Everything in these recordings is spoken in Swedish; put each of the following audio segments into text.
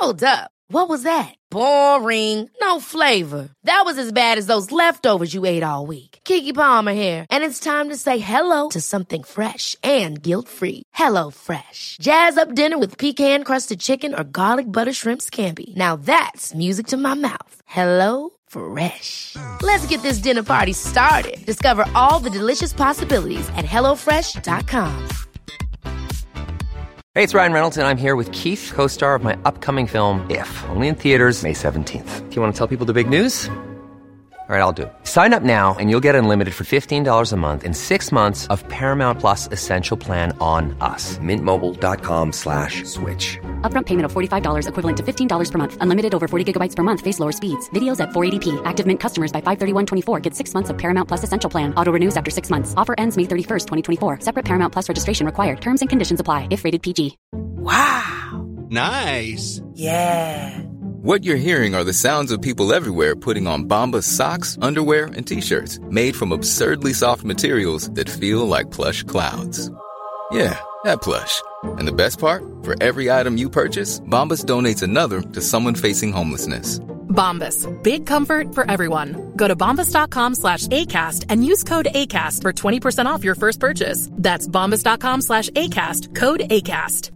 Hold up. What was that? Boring. No flavor. That was as bad as those leftovers you ate all week. Keke Palmer here, and it's time to say hello to something fresh and guilt-free. Hello Fresh. Jazz up dinner with pecan-crusted chicken or garlic butter shrimp scampi. Now that's music to my mouth. Hello Fresh. Let's get this dinner party started. Discover all the delicious possibilities at hellofresh.com. Hey, it's Ryan Reynolds, and I'm here with Keith, co-star of my upcoming film, If, only in theaters May 17th. Do you want to tell people the big news? All right, I'll do it. Sign up now and you'll get unlimited for $15 a month and 6 months of Paramount Plus Essential Plan on us. MintMobile.com/switch. Upfront payment of $45 equivalent to $15 per month. Unlimited over 40 gigabytes per month. Face lower speeds. Videos at 480p. Active Mint customers by 531.24 get 6 months of Paramount Plus Essential Plan. Auto renews after 6 months. Offer ends May 31st, 2024. Separate Paramount Plus registration required. Terms and conditions apply if rated PG. Wow. Nice. Yeah. What you're hearing are the sounds of people everywhere putting on Bombas socks, underwear, and T-shirts made from absurdly soft materials that feel like plush clouds. Yeah, that plush. And the best part? For every item you purchase, Bombas donates another to someone facing homelessness. Bombas. Big comfort for everyone. Go to bombas.com/ACAST and use code ACAST for 20% off your first purchase. That's bombas.com/ACAST. Code ACAST.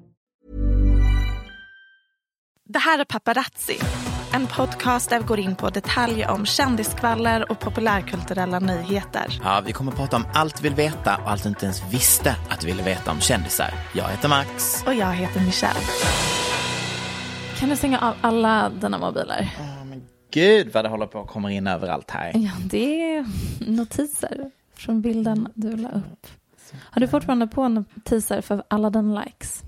Det här är Paparazzi, en podcast där vi går in på detaljer om kändiskvaller och populärkulturella nyheter. Ja, vi kommer att prata om allt vi vill veta och allt du inte ens visste att du ville veta om kändisar. Jag heter Max. Och jag heter Michelle. Kan du stänga av alla dina mobiler? Men gud vad det håller på att komma in överallt här. Ja, det är notiser från bilden du la upp. Har du fortfarande på notiser för alla dina likes?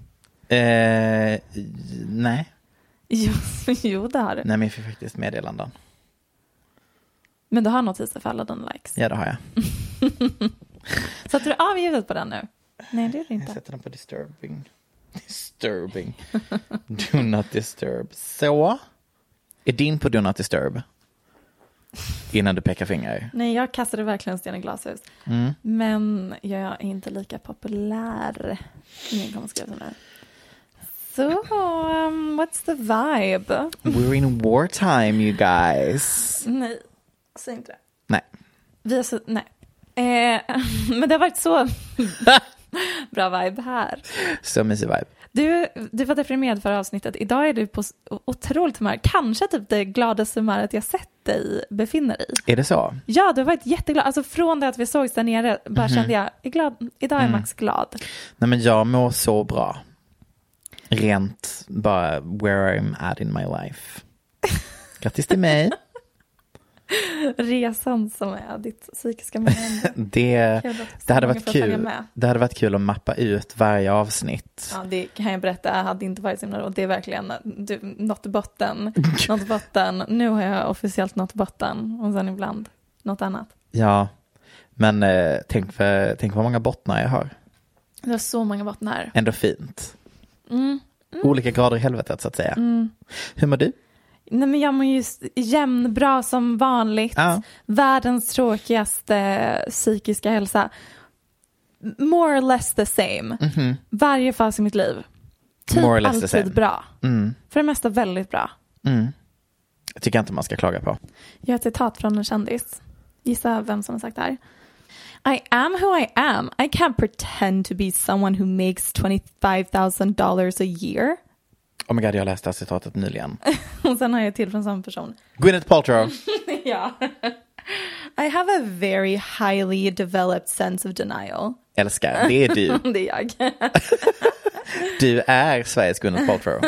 Nej. Jo, det har du. Nej, men jag fick faktiskt meddelanden. Men du har notiser för alla dina likes? Ja, det har jag. Satte du av ljudet på den nu? Nej, det är det inte. Jag sätter den på disturbing. Do not disturb. Så. Är din på do not disturb? Innan du pekar finger. Nej, jag kastade verkligen sten i glashus. Men jag är inte lika populär. Ingen kommer skriva nu. So, what's the vibe? We're in wartime, you guys. Nej, säg inte det. Nej. Nej. Men det har varit så bra vibe här. Så mysig vibe. Du var deprimerad förra avsnittet. Idag är du på otroligt humör. Kanske typ det gladaste humöret jag sett dig befinner i. Är det så? Ja, du har varit jätteglad. Alltså från det att vi sågs där nere bara kände jag glad. Idag är Max glad. Nej, men jag mår så bra. Rent bara where I'm at in my life. Grattis till mig. Resan som är ditt psykiska mående. Det hade varit kul. Det hade varit kul att mappa ut varje avsnitt. Ja, det kan jag berätta. Jag hade inte varit så himla. Och det är verkligen nått botten. Nått botten. Nu har jag officiellt nått botten. Och sen ibland något annat. Ja, men tänk vad många bottnar jag har. Det är så många bottnar. Ändå fint. Olika grader i helvetet så att säga. Hur mår du? Nej, men jag mår ju jämnbra som vanligt. Ja. Världens tråkigaste psykiska hälsa. More or less the same. Varje fas i mitt liv. Typ More or less the same. Alltid bra. För det mesta väldigt bra. Jag tycker inte man ska klaga på. Jag har ett citat från en kändis. Gissa vem som har sagt det här. I am who I am. I can't pretend to be someone who makes $25,000 a year. Oh my god, jag läste det här citatet nyligen. Och sen har jag till från samma person. Gwyneth Paltrow. Ja. I have a very highly developed sense of denial. Älskar, det är du. Det är jag. Du är Sveriges Gwyneth Paltrow.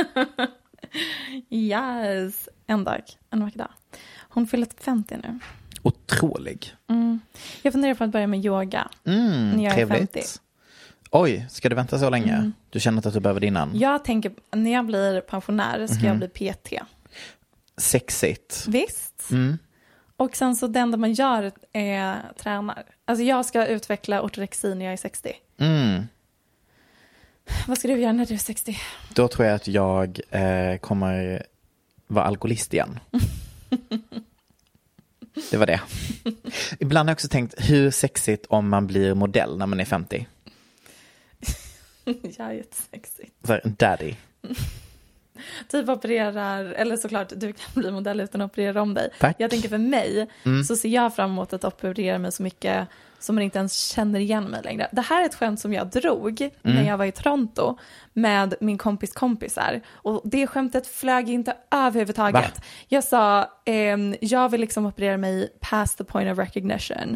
Yes. En vacker dag. Hon fyller 50 nu. Otrolig. Jag funderar på att börja med yoga. När jag trevligt. är 50. Oj, ska du vänta så länge? Du känner inte att du behöver det innan? Jag tänker, när jag blir pensionär ska jag bli PT. Sexigt. Visst. Och sen så det enda man gör är tränar. Alltså jag ska utveckla ortorexi när jag är 60. Vad ska du göra när du är 60? Då tror jag att jag kommer vara alkoholist igen. Det var det. Ibland har jag också tänkt, hur sexigt om man blir modell när man är 50? Jag är jättesexigt. Så här, daddy. typ opererar, eller såklart du kan bli modell utan att operera om dig. Tack. Jag tänker för mig så ser jag fram emot att operera mig så mycket som man inte ens känner igen mig längre. Det här är ett skämt som jag drog när jag var i Toronto med min kompisar. Och det skämtet flög inte överhuvudtaget. Va? Jag sa, jag vill liksom operera mig past the point of recognition.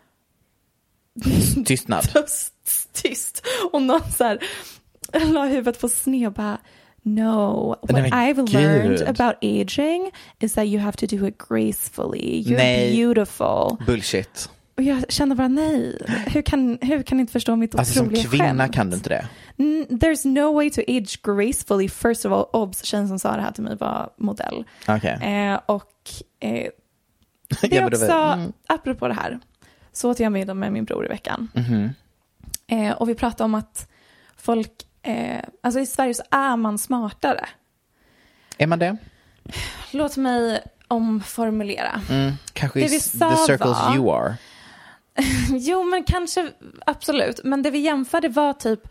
Tystnad. Tyst. Och någon så här la huvudet på sned och bara, no, what I've learned about aging is that you have to do it gracefully. You're beautiful. Bullshit. Och jag kände bara, nej, hur kan ni inte förstå mitt otroliga skämt? Som kvinna kan du inte det. There's no way to age gracefully. First of all, obs, tjejen som sa det här till mig var modell. Okay. Det är också, apropå det här, så åt jag middag med min bror i veckan. Och vi pratade om att folk, alltså i Sverige så är man smartare. Är man det? Låt mig omformulera. Kanske det the circles you are. Jo, men kanske, absolut. Men det vi jämförde var typ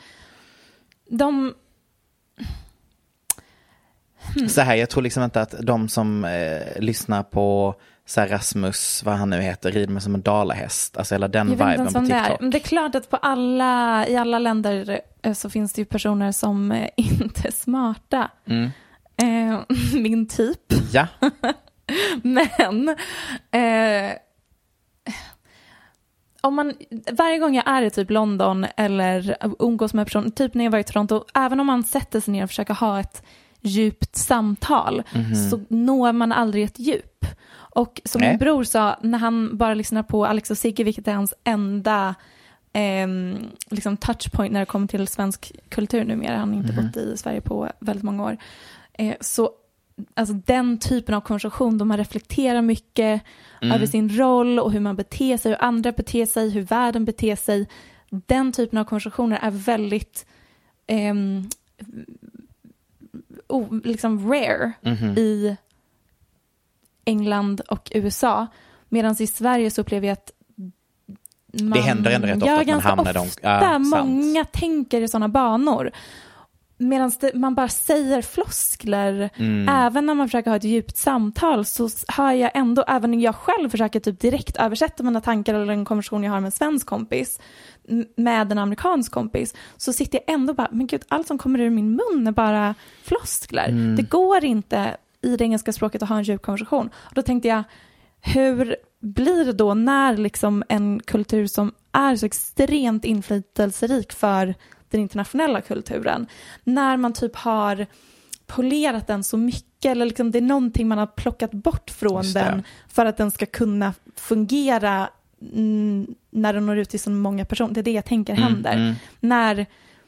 Så här, jag tror liksom inte att de som lyssnar på så här Rasmus, vad han nu heter, rid med som en dalahäst, alltså hela den viben på TikTok. Men det är klart att i alla länder så finns det ju personer som inte är smarta. Min typ. Ja. Men om man, varje gång jag är i typ London eller umgås med personer, typ när jag var i Toronto, även om man sätter sig ner och försöker ha ett djupt samtal så når man aldrig ett djup. Och som min bror sa, när han bara lyssnar på Alex och Sigge, vilket är hans enda liksom touchpoint när det kommer till svensk kultur numera, han har inte bott i Sverige på väldigt många år, så alltså den typen av konversation då man reflekterar mycket över sin roll och hur man beter sig, hur andra beter sig, hur världen beter sig, den typen av konversationer är väldigt liksom rare i England och USA, medan i Sverige så upplever jag att det händer ändå rätt ofta att man hamnar ofta många tänker i sådana banor, medan man bara säger floskler. Även när man försöker ha ett djupt samtal så hör jag ändå, även när jag själv försöker typ direkt översätta mina tankar eller en konversation jag har med en svensk kompis med en amerikansk kompis, så sitter jag ändå bara, men gud, allt som kommer ur min mun är bara floskler. Det går inte i det engelska språket att ha en djup konversation. Och då tänkte jag, hur blir det då när liksom en kultur som är så extremt inflytelserik för den internationella kulturen, när man typ har polerat den så mycket, eller liksom det är någonting man har plockat bort från den för att den ska kunna fungera när den når ut till så många personer. Det är det jag tänker händer. När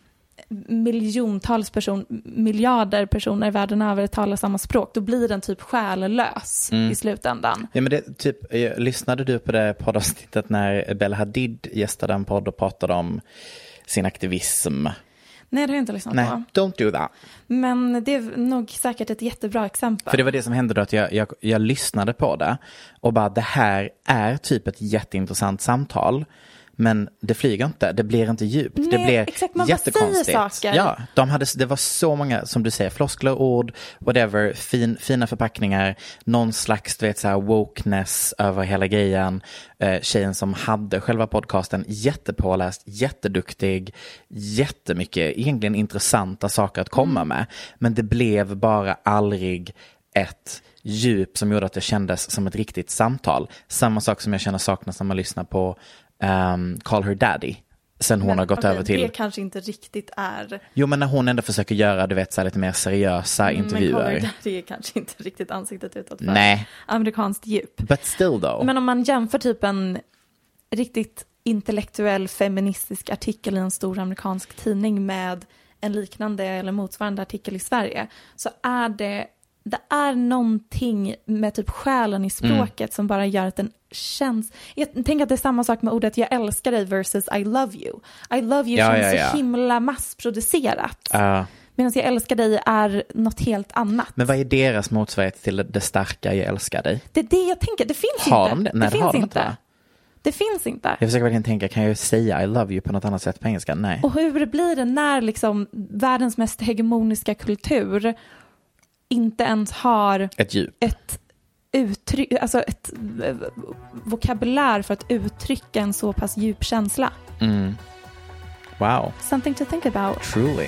miljarder personer världen över talar samma språk, då blir den typ själlös i slutändan. Ja, men det, typ, lyssnade du på det poddavsnittet när Bella Hadid gästade en podd och pratade om sin aktivism? Nej, det har jag inte lyssnat på. Don't do that. Men det är nog säkert ett jättebra exempel. För det var det som hände då, att jag lyssnade på det och bara, det här är typ ett jätteintressant samtal. Men det flyger inte, det blir inte djupt. Nej, det blir exakt, man jättekonstigt. bara säger saker. Ja, det var så många, som du säger, floskler, ord, whatever, fina förpackningar, någon slags, du vet, så här wokeness över hela grejen. Tjejen som hade själva podcasten, jättepåläst, jätteduktig, jättemycket egentligen intressanta saker att komma med. Men det blev bara aldrig ett djup som gjorde att det kändes som ett riktigt samtal. Samma sak som jag känner saknas när man lyssnar på Call Her Daddy. Sen hon har gått över till... Det kanske inte riktigt är... Jo, men när hon ändå försöker göra, du vet, så här lite mer seriösa intervjuer. Men Call Her Daddy är kanske inte riktigt ansiktet utåt för amerikanskt djup. But still though. Men om man jämför typ en riktigt intellektuell feministisk artikel i en stor amerikansk tidning med en liknande eller motsvarande artikel i Sverige, så är det är någonting med typ själen i språket som bara gör att den känns... Jag tänker att det är samma sak med ordet jag älskar dig versus I love you. I love you känns så himla massproducerat. Medan jag älskar dig är något helt annat. Men vad är deras motsvarighet till det starka jag älskar dig? Det är det jag tänker. Det finns har inte. De det? Nej, det finns inte. Det finns inte. Jag försöker verkligen tänka, kan jag säga I love you på något annat sätt på engelska? Nej. Och hur blir det när liksom världens mest hegemoniska kultur inte ens har ett djup. Ett uttryck, alltså ett vokabulär för att uttrycka en så pass djup känsla. Wow. Something to think about. Truly.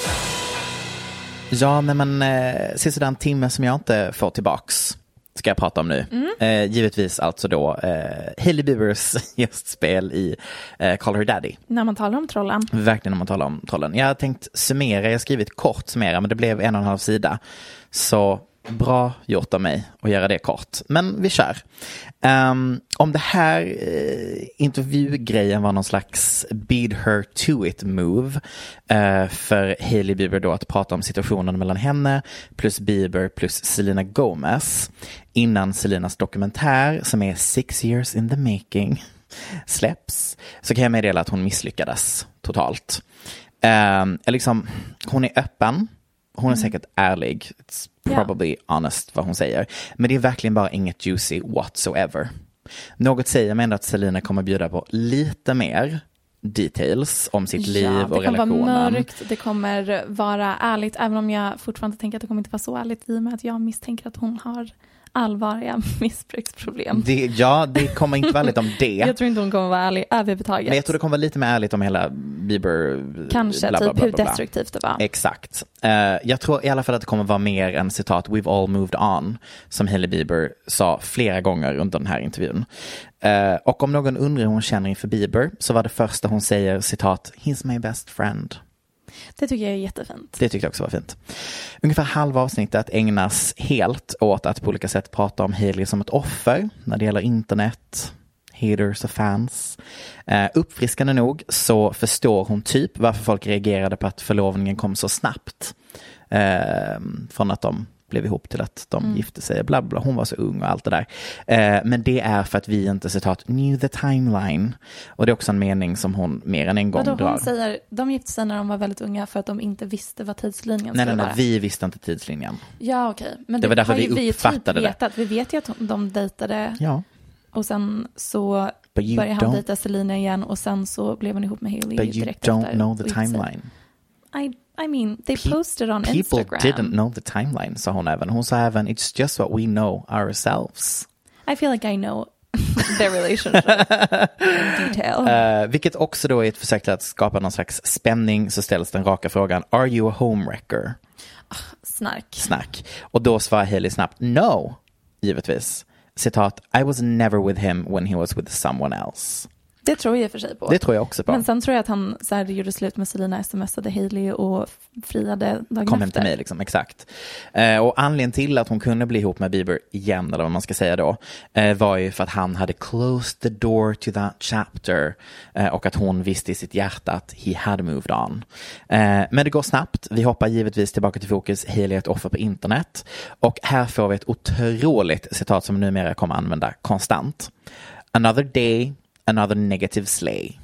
Ja, men sista en timme som jag inte får tillbaks ska jag prata om nu. Givetvis alltså då Hailey Biebers gästspel i Call Her Daddy. När man talar om trollen. Verkligen när man talar om trollen. Jag har tänkt summera, jag har skrivit kort summera, men det blev 1,5 sida. Så bra gjort av mig att göra det kort. Men vi kör. Om det här intervjugrejen var någon slags beat her to it move för Hailey Bieber då att prata om situationen mellan henne plus Bieber plus Selena Gomez innan Selenas dokumentär som är 6 years in the making släpps, så kan jag meddela att hon misslyckades totalt. Liksom, hon är öppen. Hon är säkert ärlig. It's probably honest vad hon säger. Men det är verkligen bara inget juicy whatsoever. Något säger mig ändå att Selena kommer bjuda på lite mer details om sitt liv och relationen. Det kommer vara mörkt, det kommer vara ärligt, även om jag fortfarande tänker att det kommer inte vara så ärligt i och med att jag misstänker att hon har allvarliga missbruksproblem. Det kommer inte vara ärligt om det. Jag tror inte hon kommer vara ärlig överhuvudtaget. Men jag tror det kommer vara lite mer ärligt om hela Bieber. Kanske, bla, bla, typ bla, hur bla, bla. destruktivt det var. Exakt. Jag tror i alla fall att det kommer vara mer en citat "We've all moved on" som Hailey Bieber sa flera gånger under den här intervjun. Och om någon undrar hur hon känner inför Bieber så var det första hon säger citat "He's my best friend". Det tycker jag är jättefint. Det tyckte jag också var fint. Ungefär halva avsnittet ägnas helt åt att på olika sätt prata om Hailey som ett offer när det gäller internet, haters och fans. Uppfriskande nog så förstår hon typ varför folk reagerade på att förlovningen kom så snabbt. Från att de blev ihop till att de gifte sig, bla bla, hon var så ung och allt det där. Men det är för att vi inte citat knew the timeline. Och det är också en mening som hon mer än en gång drar. Hon säger, de gifte sig när de var väldigt unga för att de inte visste vad tidslinjen skulle vara. Nej, vi visste inte tidslinjen. Ja, okej. Men det var därför vi uppfattade typ det. Vi vet ju att de dejtade. Ja. Och sen så började han dejta Selena igen och sen så blev han ihop med Hailey direkt efter. But you don't know the timeline. I mean, they posted on people Instagram. People didn't know the timeline, sa hon även. Hon sa även, it's just what we know ourselves. I feel like I know their relationship in detail. Vilket också då är ett försök till att skapa någon slags spänning, så ställs den raka frågan, are you a homewrecker? Snark. Och då svarar Hailey snabbt, no, givetvis. Citat, I was never with him when he was with someone else. Det tror jag för sig på. Det tror jag också på. Men sen tror jag att han så här, gjorde slut med Selena, smsade Hailey och friade dagen kom efter. Hem till mig liksom, exakt. Och anledningen till att hon kunde bli ihop med Bieber igen, eller vad man ska säga då, var ju för att han hade closed the door to that chapter och att hon visste i sitt hjärta att he had moved on. Men det går snabbt. Vi hoppar givetvis tillbaka till fokus. Hailey är ett offer på internet. Och här får vi ett otroligt citat som numera kommer använda konstant. Another day, another negative slay.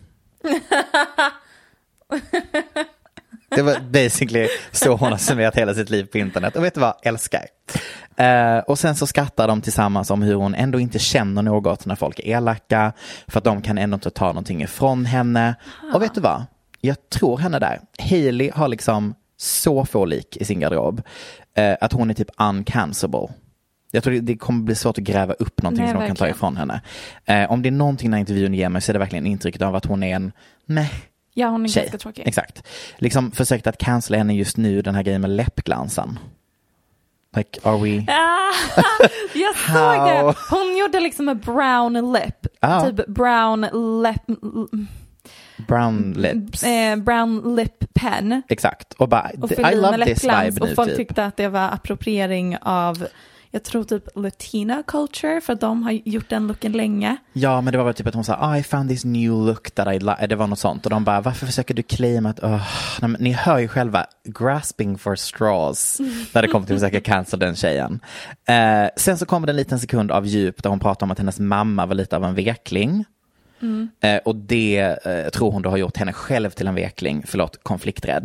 Det var basically så hon har summerat hela sitt liv på internet. Och vet du vad? Älskar. Och sen så skrattar de tillsammans om hur hon ändå inte känner något när folk är elaka. För att de kan ändå inte ta någonting ifrån henne. Och vet du vad? Jag tror henne där. Hailey har liksom så få lik i sin garderob. Att hon är typ uncancelable. Jag tror det kommer bli svårt att gräva upp någonting som de kan ta ifrån henne. Om det är någonting när intervjun ger mig så är det verkligen intrycket av att hon är en ja, hon är tjej. Ganska tråkig. Exakt. Liksom försökt att cancella henne just nu, den här grejen med läppglansen. Like, are we... Jag såg det. Hon gjorde liksom en brown lip. Typ brown lips. Brown lip pen. Exakt. Och bara, I love this vibe och nu. folk typ. tyckte att det var appropriering av, jag tror typ latina culture, för att de har gjort den looken länge. Ja, men det var väl typ att hon sa, I found this new look that I like. Det var något sånt. Och de bara, varför försöker du claima att, nej, ni hör ju själva, grasping for straws, när det kommer till att försöka cancel den tjejen. Sen så kommer det en liten sekund av djup där hon pratar om att hennes mamma var lite av en vekling. Och det tror hon då har gjort henne själv till en vekling, konflikträdd.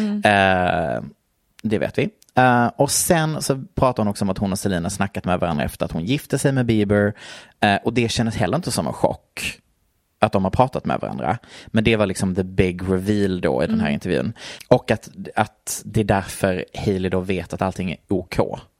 Det vet vi. Och sen så pratar hon också om att hon och Selena snackat med varandra efter att hon gifte sig med Bieber. Och det kändes heller inte som en chock att de har pratat med varandra. Men det var liksom the big reveal då i den här intervjun. Och att det är därför Hailey då vet att allting är OK.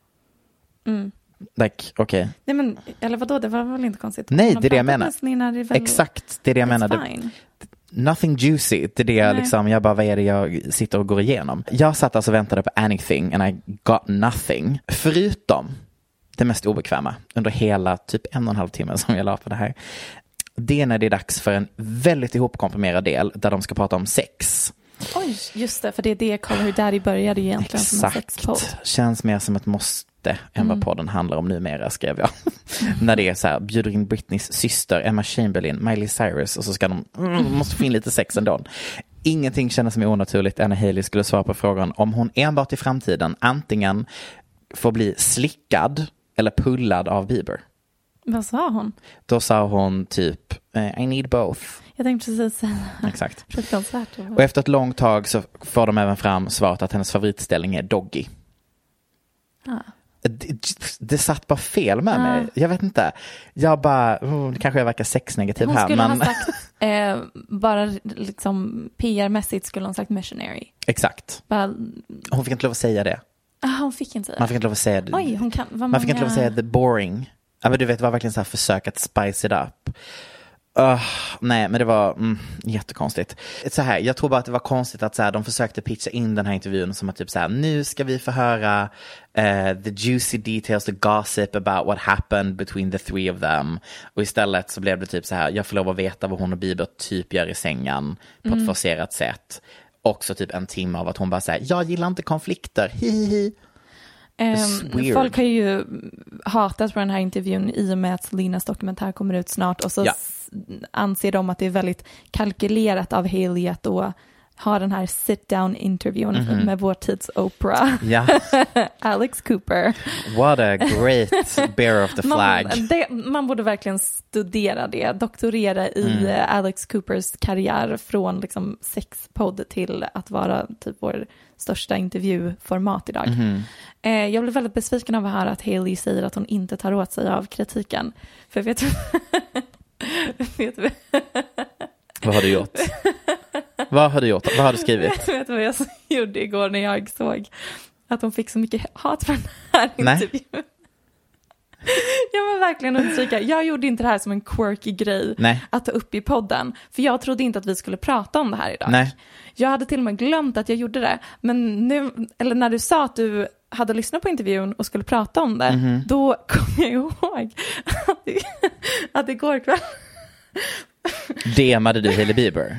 Like, okay. Nej men, eller vadå, det var väl inte konstigt? Nej, det är det jag menar. Exakt, det är det jag menar. Nothing juicy. Det är det jag liksom, jag bara, vad är det jag sitter och går igenom? Jag satt alltså och väntade på anything and I got nothing. Förutom det mest obekväma under hela typ 1,5 timme som jag la på det här. Det är när det är dags för en väldigt ihopkomprimerad del där de ska prata om sex. Oj, just det, för det är det Call Her Daddy började egentligen som en sexpodd. Känns mer som ett måste än vad podden handlar om numera, skrev jag. När det är så här, bjuder in Britneys syster Emma Chamberlain, Miley Cyrus, och så ska de måste få in lite sex ändå. Ingenting kändes mer onaturligt än när Hailey skulle svara på frågan om hon enbart i framtiden antingen får bli slickad eller pullad av Bieber. Vad sa hon? Då sa hon typ I need both. Jag tänkte precis säga. Exakt. Fruktansvärt. Och efter ett långt tag så får de även fram svaret att hennes favoritställning är doggy. Det satt bara fel med mig. Jag vet inte. Jag bara, kanske jag verkar sexnegativ här. Hon skulle ha sagt, bara liksom PR-mässigt skulle hon sagt missionary. Exakt. Hon fick inte lov att säga det. Hon fick inte säga det. Man fick inte lov att säga det. Oj, hon kan, man fick inte lov att säga the boring. Ja, men du vet, det var verkligen så här försök att spice it up. Nej, men det var jättekonstigt. Så här, jag tror bara att det var konstigt att så här, de försökte pitcha in den här intervjun som att typ så här, nu ska vi få höra the juicy details, the gossip about what happened between the three of them. Och istället så blev det typ så här, jag får lov att veta vad hon och Bieber typ gör i sängen på ett forcerat sätt. Också typ en timme av att hon bara säger, jag gillar inte konflikter, hihihi. Folk har ju hatat på den här intervjun i och med att Linas dokumentär kommer ut snart, och så anser de att det är väldigt kalkylerat av Hailey att då ha den här sit-down-intervjun med vår tids Oprah. Alex Cooper. What a great bearer of the flag. Man borde verkligen studera det, doktorera i Alex Coopers karriär från liksom sexpodd till att vara typ vår största intervjuformat idag. Jag blev väldigt besviken av att höra att Hailey säger att hon inte tar åt sig av kritiken. För vet du vad har du gjort? Vad har du gjort? Vad har du skrivit? Vet du vad jag gjorde igår när jag såg att hon fick så mycket hat för den här intervjun? Jag vill verkligen understryka, jag gjorde inte det här som en quirky grej att ta upp i podden. För jag trodde inte att vi skulle prata om det här idag. Nej. Jag hade till och med glömt att jag gjorde det. Men nu, eller när du sa att du hade lyssnat på intervjun och skulle prata om det, då kom jag ihåg att igår kväll DMade du Hailey Bieber?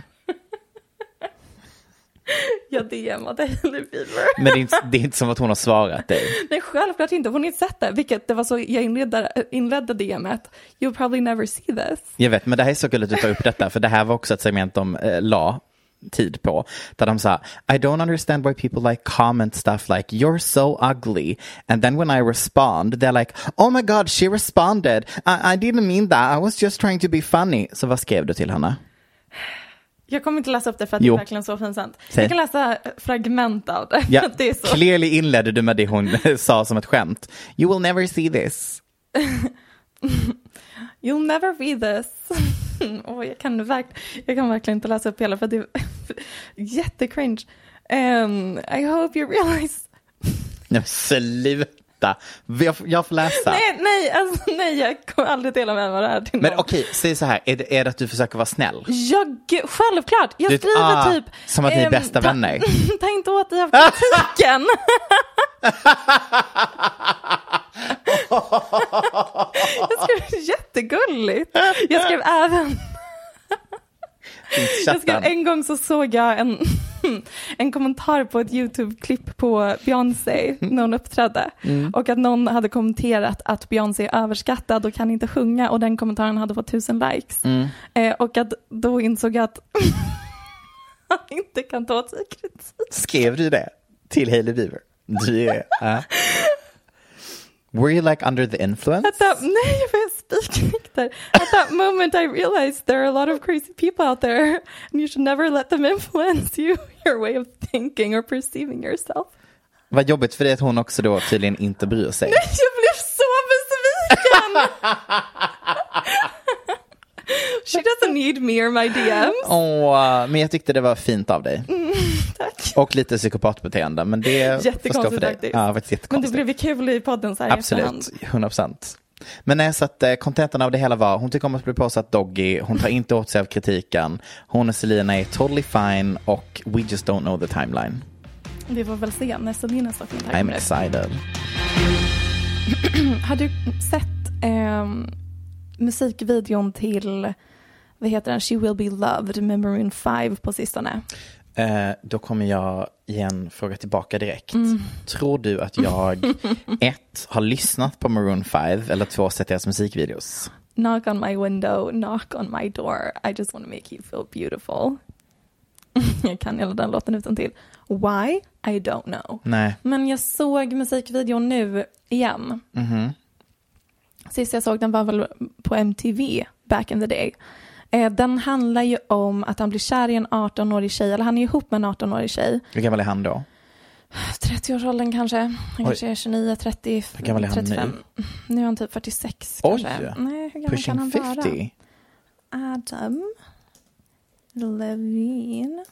Jag DMade Hailey Bieber. Men det är inte som att hon har svarat dig. Nej, självklart inte. Hon har inte sett det. Vilket det var så jag inledde DMet. You'll probably never see this. Jag vet, men det här är så kul att du tar upp detta. För det här var också ett segment de la tid på. Där de sa, I don't understand why people like comment stuff like you're so ugly. And then when I respond, they're like, oh my god, she responded. I didn't mean that. I was just trying to be funny. Så vad skrev du till henne? Jag kommer inte läsa upp det för att det är verkligen så pinsamt. Jag kan läsa fragment av det. Ja, det är så. Clearly inledde du med det hon sa som ett skämt. You will never see this. You'll never be this. Jag kan verkligen inte läsa upp hela för det är jättecringe. I hope you realize. Sluta. Jag får läsa. Nej, jag kommer aldrig dela med mig det här till någon. Men okej, säg så här. Är det att du försöker vara snäll? Ja, självklart. Jag skriver typ som att ni är bästa vänner. Ta inte åt dig av kritiken. Jag skrev jättegulligt. Jag skrev även en gång så såg jag en kommentar på ett YouTube-klipp på Beyoncé när hon uppträdde. Och att någon hade kommenterat att Beyoncé är överskattad och kan inte sjunga, och den kommentaren hade fått 1000 likes. Och att då insåg jag att han inte kan ta åt sig kritik. Skrev du det till Hailey Bieber? Were you like under the influence? Nej, jag var spiknykter. At that moment I realized there are a lot of crazy people out there and you should never let them influence you, your way of thinking or perceiving yourself. Vad jobbigt för det att hon också då tydligen inte bryr sig. Nej, jag blev så besviken. She doesn't need me or my DMs. Men jag tyckte det var fint av dig. Tack. Och lite psykopatbeteende. Men det jättekonstigt faktiskt. Ja, faktiskt jättekonstigt. Men det blev ju kul i podden så här. Absolut, 100%. Men nej, så att kontentan av det hela var, hon tycker om att bli påsatt doggy, hon tar inte åt sig av kritiken, hon och Selena är totally fine och we just don't know the timeline. Vi får väl se när Selinas dokumentär I'm kommer. excited. Har du sett musikvideon till, vad heter den, She Will Be Loved med Maroon 5 på sistone? Då kommer jag igen fråga tillbaka direkt. Tror du att jag 1 har lyssnat på Maroon 5 eller 2 sett deras musikvideos? Knock on my window, knock on my door. I just want to make you feel beautiful. Jag kan hela den låten utan till. Why? I don't know. Nej. Men jag såg musikvideon nu igen. Sist jag såg den var väl på MTV back in the day. Den handlar ju om att han blir kär i en 18-årig tjej. Eller han är ihop med en 18-årig tjej. Hur gammal är han då? 30-årsåldern kanske. Han kanske är 29, 30, hur gammal är han 35. Nu är han typ 46 kanske. Nej, hur gammal pushing kan han 50. vara? Adam Levine.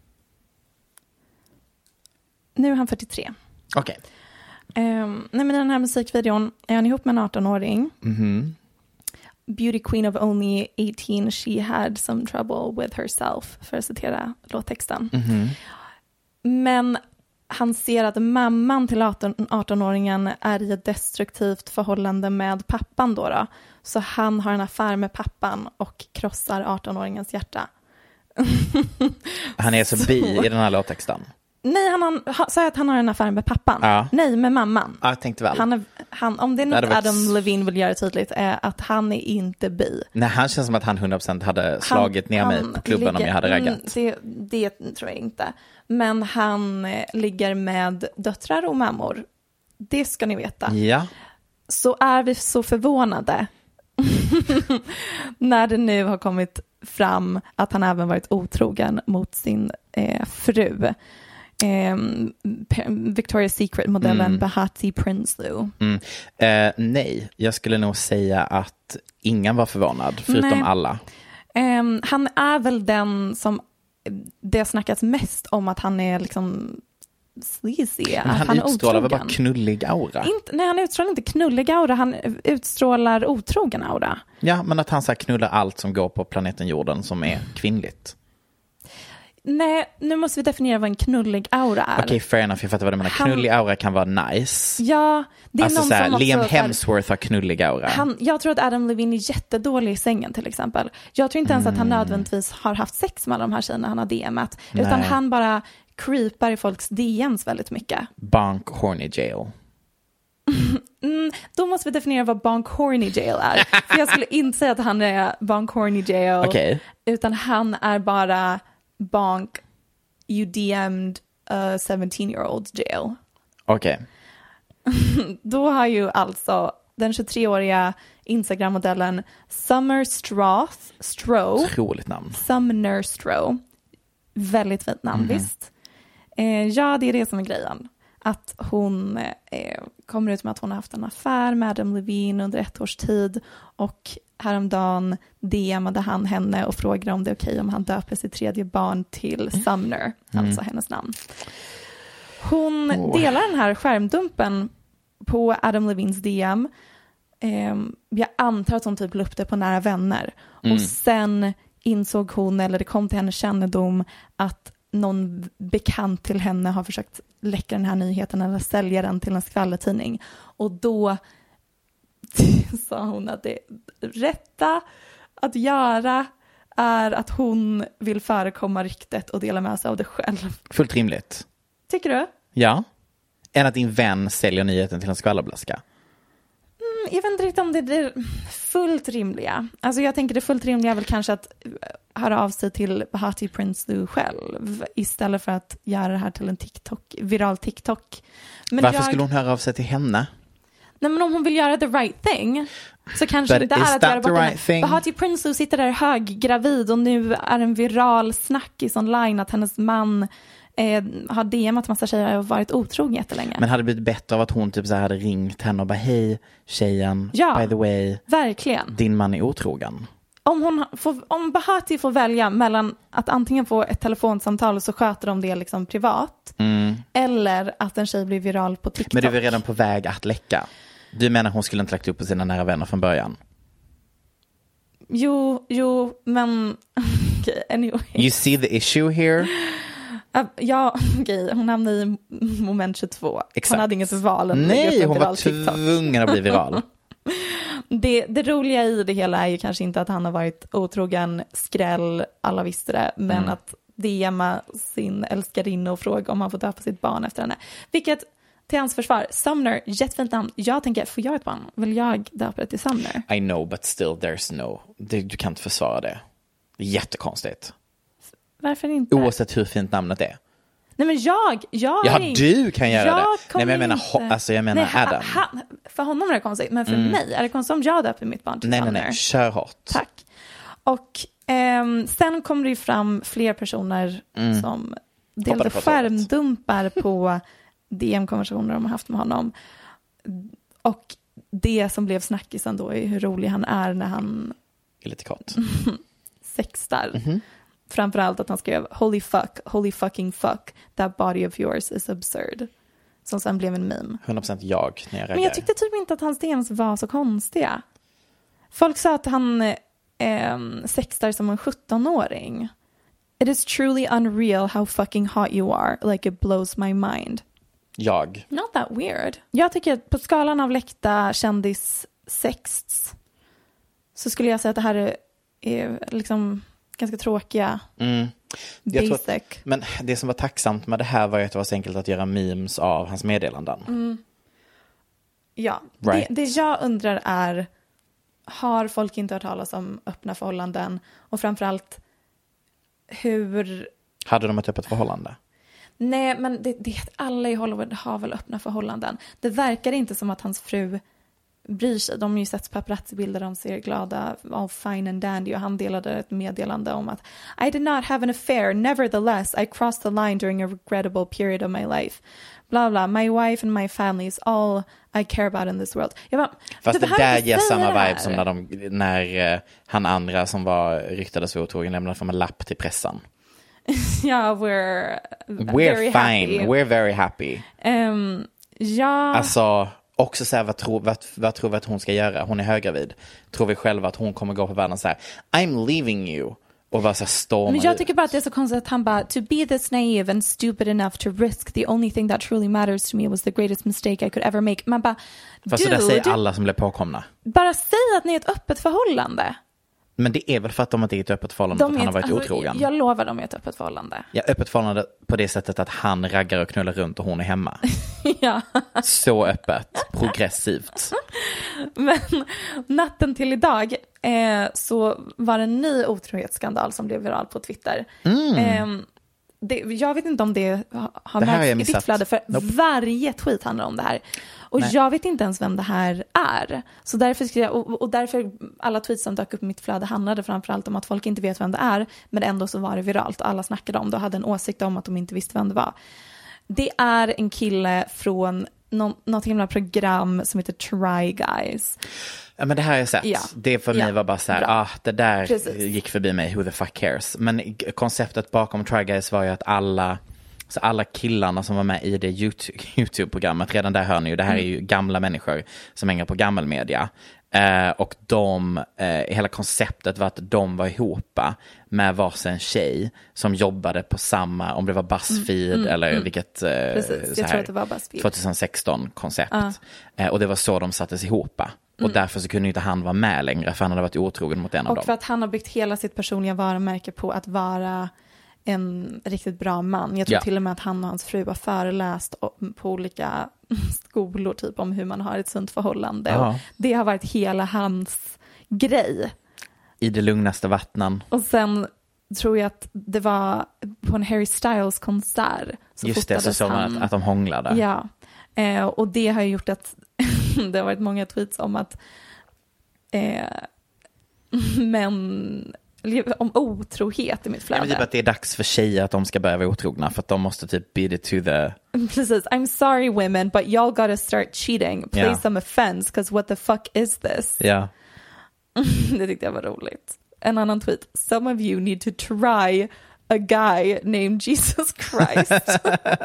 Nu är han 43. Okej. Nej, men i den här musikvideon är han ihop med en 18-åring. Beauty queen of only 18, she had some trouble with herself, för att citera låttexten. Men han ser att mamman till 18-åringen är i ett destruktivt förhållande med pappan då. Så han har en affär med pappan och krossar 18-åringens hjärta. Han är så bi i den här låttexten. Nej, han säger att han har en affär med pappan. Ja. Nej, med mamman. Ja, jag tänkte väl. Om det är något Adam Levine vill göra tydligt är att han är inte bi. Nej, han känns som att han 100% hade slagit ner mig på klubben om jag hade raggat. Det tror jag inte. Men han ligger med döttrar och mammor. Det ska ni veta. Ja. Så är vi så förvånade när det nu har kommit fram att han även varit otrogen mot sin fru. Victoria's Secret-modellen Behati Prinsloo. Nej, jag skulle nog säga att ingen var förvånad, förutom alla. Han är väl den som det har snackats mest om att han är liksom sleazy. Men han utstrålar väl bara knullig aura? Nej, han utstrålar inte knullig aura. Han utstrålar otrogen aura. Ja, men att han så här knullar allt som går på planeten jorden som är kvinnligt. Nej, nu måste vi definiera vad en knullig aura är. Okej, fair enough, jag fattar vad du menar. Knullig aura kan vara nice. Ja, det är alltså någon såhär, som också... Liam Hemsworth har knullig aura. Jag tror att Adam Levine är jättedålig i sängen till exempel. Jag tror inte ens att han nödvändigtvis har haft sex med alla de här tjejerna han har DMat. Utan han bara creepar i folks DMs väldigt mycket. Bonk horny jail. Då måste vi definiera vad bonk horny jail är. För jag skulle inte säga att han är bonk horny jail. Okay. Utan han är bara bonk you DM'd a 17-year-old jail. Okej. Då har ju alltså den 23-åriga Instagram-modellen Summer Stroh. Otroligt namn. Sumner Stroh. Väldigt fint namn, visst. Ja, det är det som är grejen. Att hon kommer ut med att hon har haft en affär med Adam Levine under 1 års tid. Och häromdagen DMade han henne och frågade om det är okej om han döper sitt 3:e barn till Sumner. Alltså hennes namn. Hon delar den här skärmdumpen på Adam Levines DM. Jag antar att hon typ la upp det på nära vänner. Och sen insåg hon, eller det kom till hennes kännedom, att någon bekant till henne har försökt läcka den här nyheten eller sälja den till en skvallertidning. Och då sa hon att det rätta att göra är att hon vill förekomma ryktet och dela med sig av det själv. Fullt rimligt. Tycker du? Ja. Än att din vän säljer nyheten till en skvallerblaska. Jag vet inte riktigt om det är fullt rimliga. Alltså jag tänker det fullt rimliga är väl kanske att höra av sig till Behati Prinsloo själv istället för att göra det här till en viral TikTok. Men varför skulle hon höra av sig till henne? Nej, men om hon vill göra the right thing så kanske inte är att göra bort right henne. Behati Prinsloo sitter där höggravid och nu är en viral snackis online att hennes man har DMat massa tjejer och varit otrogen jättelänge. Men hade det blivit bättre av att hon typ så hade ringt henne och bara hej tjejen, by the way, verkligen. din man är otrogen? om Bahati får välja mellan att antingen få ett telefonsamtal och så sköter de det liksom privat, eller att en tjej blir viral på TikTok. Men du är redan på väg att läcka. Du menar hon skulle inte lagt upp på sina nära vänner från början? Jo, men okay, anyway. You see the issue here? Ja, okej. Hon hamnade i moment 22. Exakt. Hon hade inget val. Nej, hon var tvungen att bli viral. Det roliga i det hela är ju kanske inte att han har varit otrogen, skräll, alla visste det, men att DMa sin älskarinna och fråga om han får döpa sitt barn efter henne. Vilket, till hans försvar, Sumner, jättefint namn. Jag tänker, får jag ett barn? Vill jag döpa det till Sumner? I know, but still there's no... Du kan inte försvara det. Det är jättekonstigt. Varför inte? Oavsett hur fint namnet är. Nej, men jag du kan göra det. Nej, men jag menar Adam. För honom är det konstigt, men för mig är det konstigt om jag döper mitt barn till Sumner. Nej, kör hårt. Tack. Och sen kommer det ju fram fler personer som delade skärmdumpar på DM-konversationer de har haft med honom. Och det som blev snackisen då är hur rolig han är när han är lite kort. Sextar. Framförallt att han skrev holy fucking fuck, that body of yours is absurd. Som sen blev en meme. 100% jag när jag reagerar. Men jag tyckte typ inte att hans DMs var så konstiga. Folk sa att han sextar som en 17-åring. It is truly unreal how fucking hot you are. Like it blows my mind. Not that weird. Jag tycker att på skalan av läckta kändis-sexts så skulle jag säga att det här är liksom ganska tråkiga. Basic. Men det som var tacksamt med det här var ju att det var så enkelt att göra memes av hans meddelanden. Ja, right. Det jag undrar är, har folk inte hört talas om öppna förhållanden? Och framförallt, hur... Hade de ett öppet förhållande? Nej, men alla i Hollywood har väl öppna förhållanden. Det verkar inte som att hans fru bryr sig. De har ju sett paparazzi-bilder, de ser glada, all fine and dandy, och han delade ett meddelande om att I did not have an affair, nevertheless I crossed the line during a regrettable period of my life. Bla bla, my wife and my family is all I care about in this world. Fast det där ger samma vibe som när han andra som ryktades för otrogen lämnade fram en lapp till pressen. Ja, we're fine, happy. We're very happy. Ja. Alltså, också så här, vad tror vi att hon ska göra? Hon är höggravid. Tror vi själva att hon kommer gå på världen så här, I'm leaving you. Och bara så här stormar. Men jag tycker bara att det är så konstigt att han bara, to be this naive and stupid enough to risk the only thing that truly matters to me was the greatest mistake I could ever make. Man bara, fast det där säger alla som blir påkomna. Bara säg att ni är ett öppet förhållande. Men det är väl för att de inte är ett öppet förhållande, för att han har varit otrogen. Jag lovar, de är ett öppet förhållande. Ja, öppet förhållande på det sättet att han raggar och knullar runt och hon är hemma. Ja. Så öppet, progressivt. Men natten till idag så var det en ny otrohetsskandal som blev viral på Twitter. Jag vet inte om det har märkts i ditt flöde, för varje tweet handlar om det här. Och jag vet inte ens vem det här är. Så därför därför alla tweets som dök upp i mitt flöde handlade framförallt om att folk inte vet vem det är, men ändå så var det viralt och alla snackade om det och hade en åsikt om att de inte visste vem det var. Det är en kille från något himla program som heter Try Guys. Ja, men det här har jag sett. Ja. Det för mig var bara så här, det där Precis. gick förbi mig, who the fuck cares. Men konceptet bakom Try Guys var ju att alla killarna som var med i det YouTube-programmet, redan där hör ni ju, det här är ju gamla människor som hänger på gammelmedia. Och hela konceptet var att de var ihop med varsin tjej som jobbade på samma, om det var BuzzFeed eller vilket Precis, jag tror att det var BuzzFeed 2016-koncept. Och det var så de sattes ihop. Och därför så kunde inte han vara med längre, för han hade varit otrogen mot en av dem. Och för att han har byggt hela sitt personliga varumärke på att vara en riktigt bra man. Jag tror till och med att han och hans fru har föreläst på olika skolor typ om hur man har ett sunt förhållande. Och det har varit hela hans grej. I det lugnaste vattnen. Och sen tror jag att det var på en Harry Styles konsert. Just det, så såg man att de hånglade. Ja, och det har gjort att det har varit många tweets om att om otrohet i mitt flöde. Ja, men typ att det är dags för tjejer att de ska börja vara otrogna, för att de måste typ beat it to the... Precis, I'm sorry women, but y'all gotta start cheating. Play some offense, because what the fuck is this? Ja. Det tyckte jag var roligt. en annan tweet. Some of you need to try a guy named Jesus Christ.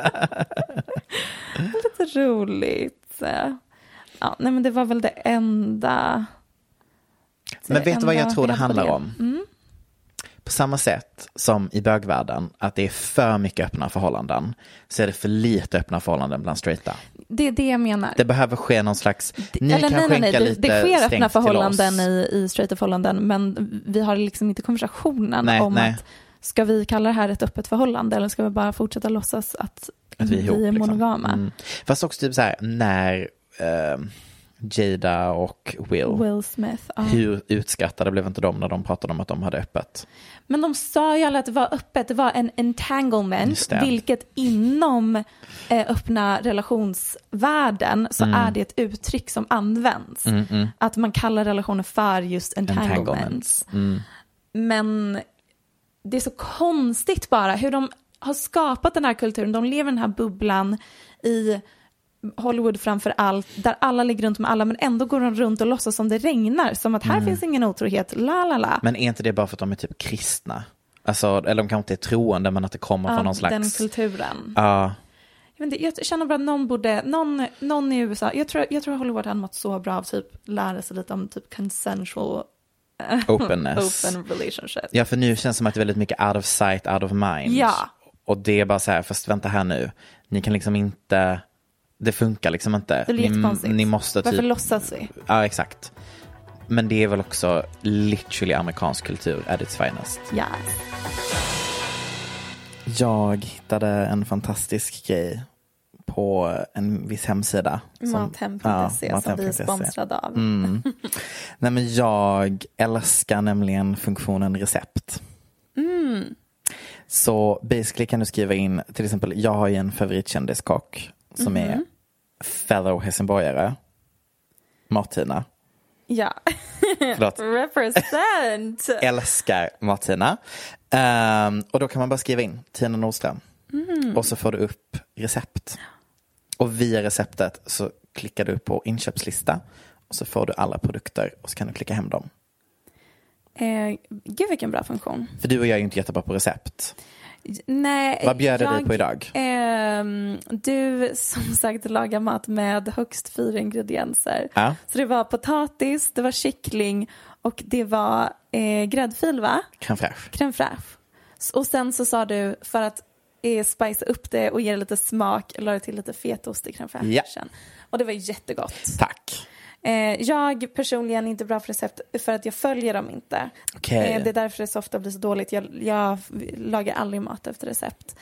Lite roligt. Ja, nej men det var väl det enda. Men vet du vad jag tror det handlar om? På samma sätt som i bögvärlden, att det är för mycket öppna förhållanden, så är det för lite öppna förhållanden bland straighta. Det är det jag menar. Det behöver ske någon slags, ni eller kan skänka lite det sker öppna strängt förhållanden till oss. i straighta förhållanden, men vi har liksom inte konversationen om att ska vi kalla det här ett öppet förhållande eller ska vi bara fortsätta låtsas att vi är monogama. Liksom. Fast också typ så här, när Jada och Will Smith. Hur utskattade blev inte de när de pratade om att de hade öppet? Men de sa ju alla att det var öppet. Det var en entanglement, vilket inom öppna relationsvärlden så är det ett uttryck som används. Att man kallar relationer för just entanglements. Men det är så konstigt bara hur de har skapat den här kulturen. De lever i den här bubblan i Hollywood framför allt, där alla ligger runt med alla, men ändå går de runt och låtsas som det regnar, som att här finns ingen otrohet, la. Men är inte det bara för att de är typ kristna? Alltså, eller de kanske inte är troende, men att det kommer från någon slags... den kulturen. Ja. Jag känner bara att någon i USA, jag tror Hollywood hade mått så bra av typ lära sig lite om typ consensual openness. Open relationship. Ja, för nu känns det som att det är väldigt mycket out of sight, out of mind. Ja. Och det är bara så här, fast vänta här nu. Ni kan liksom inte... Det funkar liksom inte. Det är jättekonstigt. Ni måste Varför låtsas vi? Ja, exakt. Men det är väl också literally amerikansk kultur at its finest. Yes. Jag hittade en fantastisk grej på en viss hemsida. Mathem.se som vi är sponsrade av. Nej, men jag älskar nämligen funktionen recept. Så basically kan du skriva in, till exempel, jag har ju en favoritkändiskock som är fellow helsingborgare, Martina. Ja. Represent. Älskar Martina. Och då kan man bara skriva in Tina Nordström. Och så får du upp recept. Och via receptet så klickar du på inköpslista. Och så får du alla produkter och så kan du klicka hem dem. Gud vilken bra funktion. För du och jag är ju inte jättebra på recept. Nej, vad bjöd dig på idag? Du som sagt lagar mat med högst 4 ingredienser. Ja. Så det var potatis, det var kyckling och det var gräddfil, va? Crème fraîche. Och sen så sa du, för att spice upp det och ge det lite smak, la det till lite fetaost i crème fraîche. Ja. Och det var jättegott. Tack. Jag personligen är inte bra för recept för att jag följer dem inte. Okay. Det är därför det så ofta blir så dåligt. Jag lagar aldrig mat efter recept.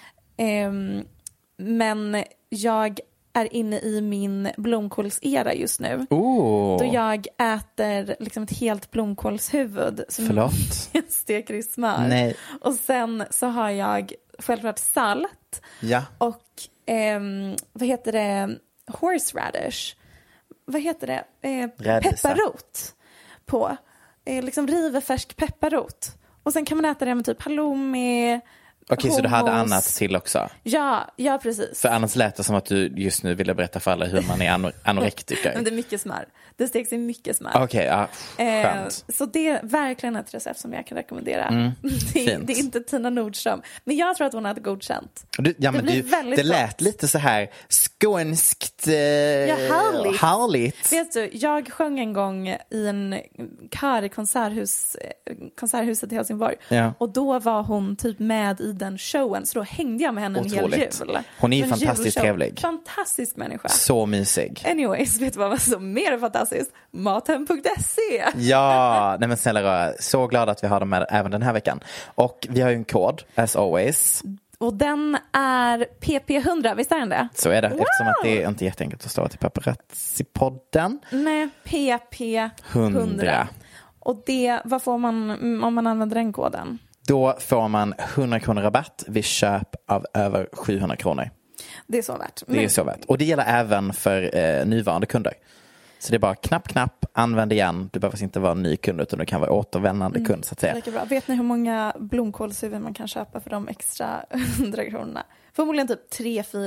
Men jag är inne i min blomkålsera just nu. Då jag äter liksom ett helt blomkålshuvud som jag steker i smör. Nej. Och sen så har jag självklart salt. Ja. Och vad heter det? Horseradish. Vad heter det? Pepparrot på. Liksom riverfärsk pepparrot. Och sen kan man äta det med typ halloumi. Okej, så du hade annat till också? Ja, precis. För annars lät det som att du just nu ville berätta för alla hur man är anorektiker. Men det är mycket smör. Det steks i mycket smör. Okej, ja, skönt. Så det är verkligen ett recept som jag kan rekommendera. Det är inte Tina Nordström. Men jag tror att hon hade godkänt. Det lät lite så här skånskt härligt. Vet du, jag sjöng en gång i en kör i konserthuset i Helsingborg. Ja. Och då var hon typ med i den showen. Så då hängde jag med henne en hel jul. Hon är ju fantastiskt trevlig. Fantastisk människa. Så mysig. Anyways, vet du vad var så mer fantastiskt? Mathem.se. Ja, nej men snälla röra. Så glad att vi har dem med även den här veckan. Och vi har ju en kod, as always. Och den är PP100, visst är den det? Så är det, eftersom att det är inte jätteenkelt att stå till Paparazzi-podden. Nej, PP100. Och det, vad får man om man använder den koden? Då får man 100 kronor rabatt vid köp av över 700 kronor. Det är så värt. Det är så värt. Och det gäller även för nuvarande kunder. Så det är bara knapp, använd igen. Du behöver inte vara en ny kund utan du kan vara återvändande kund så att säga. Lika bra. Vet ni hur många blomkålshuvuden man kan köpa för de extra 100 kronorna? Förmodligen typ 3-4.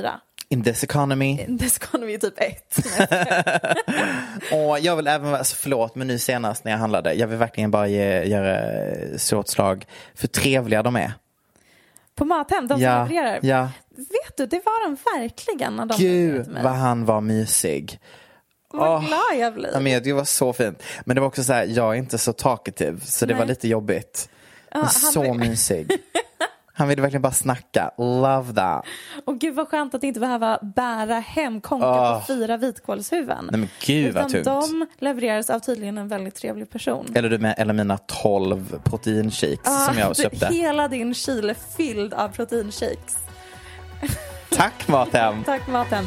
In this economy. In this economy typ 1. Och jag vill även, alltså förlåt, men nu senast när jag handlade, jag vill verkligen bara göra stort slag för trevliga de är. På Mathem, de som levererar. Ja. Vet du, det var de verkligen när de Gud, vad han var mysig. Vad glad jag blev. Men det var så fint. Men det var också så här, jag är inte så talkative, så det var lite jobbigt. Men så mysig. Han ville verkligen bara snacka. Love that. Och gud vad skönt att inte behöva bära hem konka på 4 vitkålshuvuden. Nej men gud vad tungt. De levereras av tydligen en väldigt trevlig person. Eller mina 12 proteinshakes som jag köpte. Hela din kyl är fylld av proteinshakes. Tack Mathem. Tack Mathem.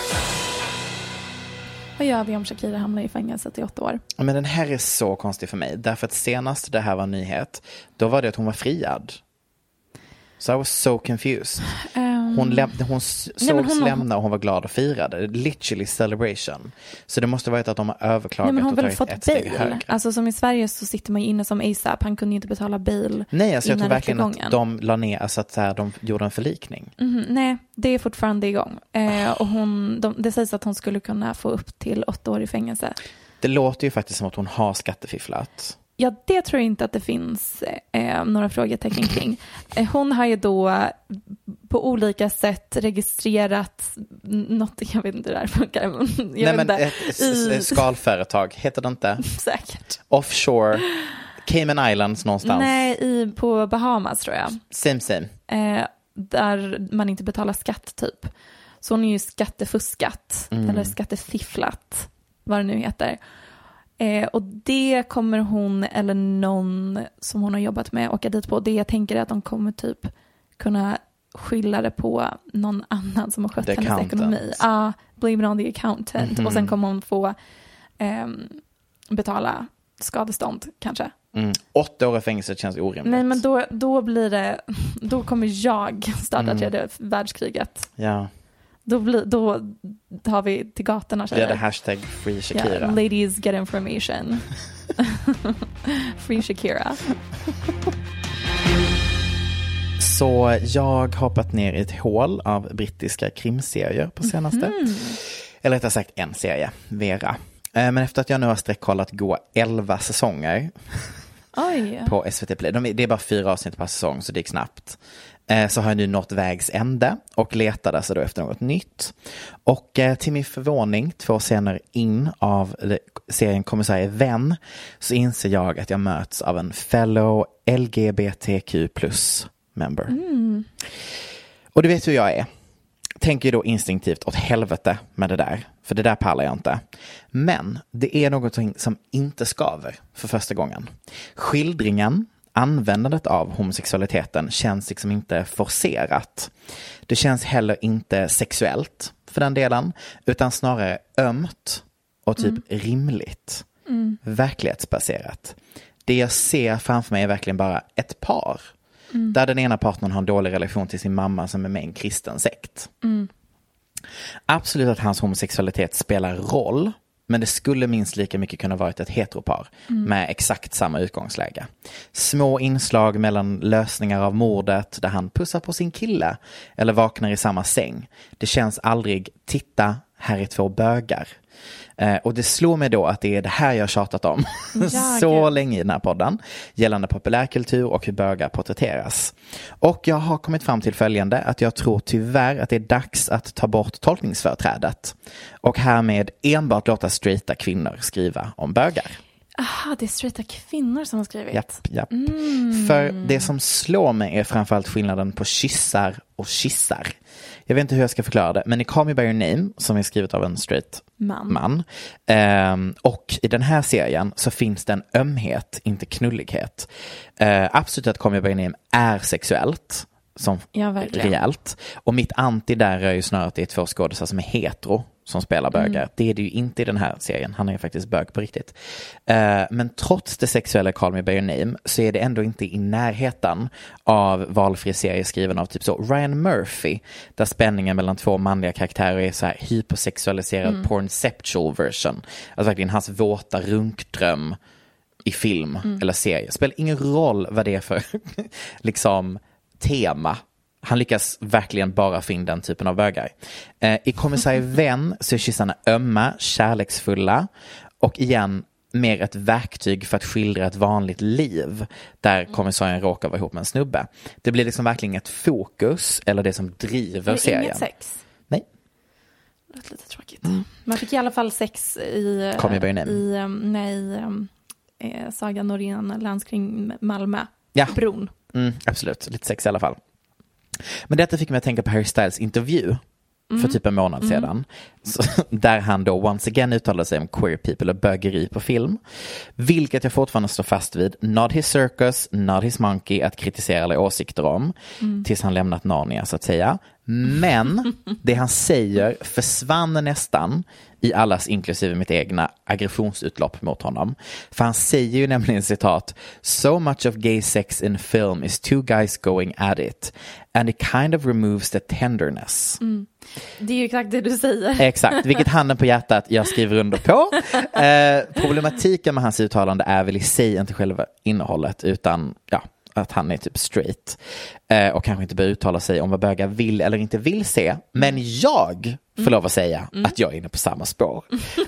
Vad gör vi om Shakira hamnar i fängelset i 8 år? Men den här är så konstig för mig. Därför att senast det här var en nyhet, då var det att hon var friad. So I was so confused. Hon sågs lämna och hon var glad och firade. Literally celebration. Så det måste varit att de har överklagat. Men hon och väl fått ett steg bail. högre. Alltså som i Sverige så sitter man ju inne som ASAP. Han kunde ju inte betala bail. Nej, alltså jag tror verkligen att de la ner, alltså att så här, de gjorde en förlikning. Nej, det är fortfarande igång. Och det sägs att hon skulle kunna få upp till 8 år i fängelse. Det låter ju faktiskt som att hon har skattefifflat. Ja, det tror jag inte att det finns några frågetecken kring. Hon har ju då på olika sätt registrerat något, jag vet inte hur det här funkar. Skalföretag, heter det inte? Säkert. Offshore, Cayman Islands någonstans. Nej, på Bahamas tror jag. Same. Där man inte betalar skatt typ. Så hon är ju skattefuskat, eller skattefifflat, vad det nu heter. Och det kommer hon eller någon som hon har jobbat med åka dit på. Det jag tänker är att de kommer typ kunna skylla det på någon annan som har skött hennes ekonomi. Blame it on the accountant. Och sen kommer hon få betala skadestånd kanske. 8 år i fängelse känns orimligt. Nej, men då kommer jag starta 3:e världskriget. Ja. Då har vi till gatorna. Vi hade hashtag Free Shakira. Yeah, ladies get information. Free Shakira. Så jag har hoppat ner i ett hål av brittiska krimserier på senaste. Eller rättare sagt en serie, Vera. Men efter att jag nu har sträckkollat gå 11 säsonger på SVT Play. Det är bara 4 avsnitt per säsong så det gick snabbt. Så har jag nu nått vägs ände och letade alltså då efter något nytt. Och till min förvåning 2 scener in av serien Kommissarie Vän så inser jag att jag möts av en fellow LGBTQ+ member. Och du vet hur jag är. Tänker ju då instinktivt åt helvete med det där. För det där pallar jag inte. Men det är något som inte skaver för första gången. Skildringen, användandet av homosexualiteten känns liksom inte forcerat. Det känns heller inte sexuellt för den delen. Utan snarare ömt och typ rimligt. Verklighetsbaserat. Det jag ser framför mig är verkligen bara ett par. Där den ena partnern har en dålig relation till sin mamma som är med i en kristen sekt. Absolut att hans homosexualitet spelar roll. Men det skulle minst lika mycket kunna varit ett heteropar med exakt samma utgångsläge. Små inslag mellan lösningar av mordet där han pussar på sin kille eller vaknar i samma säng. Det känns aldrig, titta, här är 2 bögar. Och det slår mig då att det är det här jag har tjatat om så länge i den här podden gällande populärkultur och hur bögar porträtteras. Och jag har kommit fram till följande, att jag tror tyvärr att det är dags att ta bort tolkningsföreträdet och härmed enbart låta straighta kvinnor skriva om bögar. Aha, det är straighta kvinnor som har skrivit. Japp. För det som slår mig är framförallt skillnaden på kyssar och kissar. Jag vet inte hur jag ska förklara det, men i Call Me By Your Name, som är skrivet av en straight man och i den här serien så finns det en ömhet, inte knullighet. Absolut att Call Me By Your Name är sexuellt, som rejält. Och mitt anti där är ju snarare att det är 2 skådespelare som är hetero som spelar bögar. Det är det ju inte i den här serien. Han är ju faktiskt bög på riktigt. Men trots det sexuella Call Me By Your Name så är det ändå inte i närheten av valfri serie skriven av typ så Ryan Murphy, där spänningen mellan 2 manliga karaktärer är så här hypersexualiserad pornceptual version. Alltså verkligen hans våta runkdröm i film eller serie. Spelar ingen roll vad det är för liksom tema Han lyckas verkligen bara få in den typen av bögar. I Kommissarie Vän så är kyssarna ömma, kärleksfulla och igen mer ett verktyg för att skildra ett vanligt liv där kommissarien råkar vara ihop med en snubbe. Det blir liksom verkligen ett fokus eller det som driver serien. Det är inget sex? Nej. Det låter lite tråkigt. Man fick i alla fall sex i Saga Norén, Lands kring Malmö. Ja. Bron. Absolut, lite sex i alla fall. Men detta fick mig att tänka på Harry Styles intervju för typ en månad sedan. Så, där han då once again uttalade sig om queer people och bögeri på film. Vilket jag fortfarande står fast vid. Not his circus, not his monkey att kritisera eller åsikter om. Tills han lämnat Narnia så att säga. Men det han säger försvann nästan i allas, inklusive mitt egna, aggressionsutlopp mot honom. För han säger ju nämligen citat: "So much of gay sex in film is two guys going at it. And it kind of removes the tenderness." Det är ju exakt det du säger. Exakt, vilket handen på hjärtat jag skriver under på. Problematiken med hans uttalande är väl i sig inte själva innehållet utan att han är typ straight och kanske inte bör uttala sig om vad bögar vill eller inte vill se. Men jag får lov att säga att jag är inne på samma spår.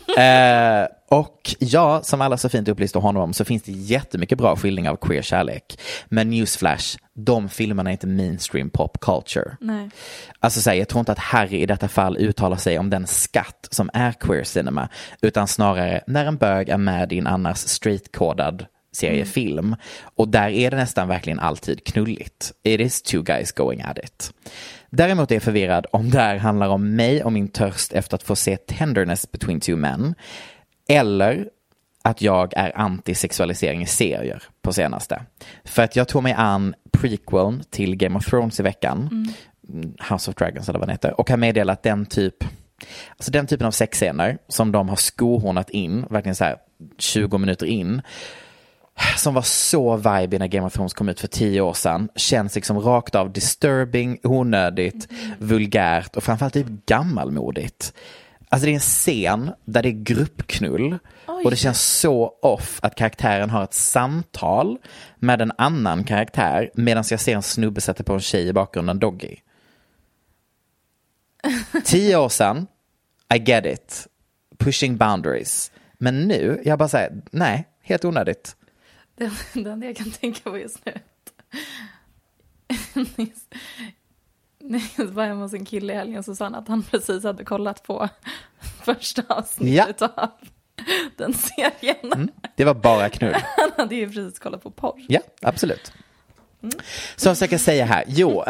Och jag, som alla så fint upplyste honom om, så finns det jättemycket bra skildringar av queer kärlek. Men newsflash, de filmerna är inte mainstream pop culture. Nej. Alltså jag tror inte att Harry i detta fall uttalar sig om den skatt som är queer cinema, utan snarare när en bög är med i en annars straight-kodad seriefilm. Och där är det nästan verkligen alltid knulligt. It is two guys going at it. Däremot är jag förvirrad om det här handlar om mig och min törst efter att få se tenderness between two men, eller att jag är antisexualisering i serier på senaste. För att jag tog mig an prequeln till Game of Thrones i veckan, House of Dragons eller vad det heter, och har meddelat den typen av sexscener som de har skohornat in, verkligen så här 20 minuter in, som var så vibe när Game of Thrones kom ut för 10 år sedan, känns liksom rakt av disturbing, onödigt, vulgärt och framförallt typ gammalmodigt. Alltså det är en scen där det är gruppknull. Och det känns så off att karaktären har ett samtal med en annan karaktär medan jag ser en snubbe sätta på en tjej i bakgrunden doggy. 10 år sedan, I get it. Pushing boundaries. Men nu, jag bara säger, nej, helt onödigt. Det enda jag kan tänka på just nu. Jag var hemma hos en kille i helgen så sa han att han precis hade kollat på första avsnittet av den serien. Det var bara knull. Han hade ju precis kollat på porr. Ja, absolut. Så jag försöker säga här,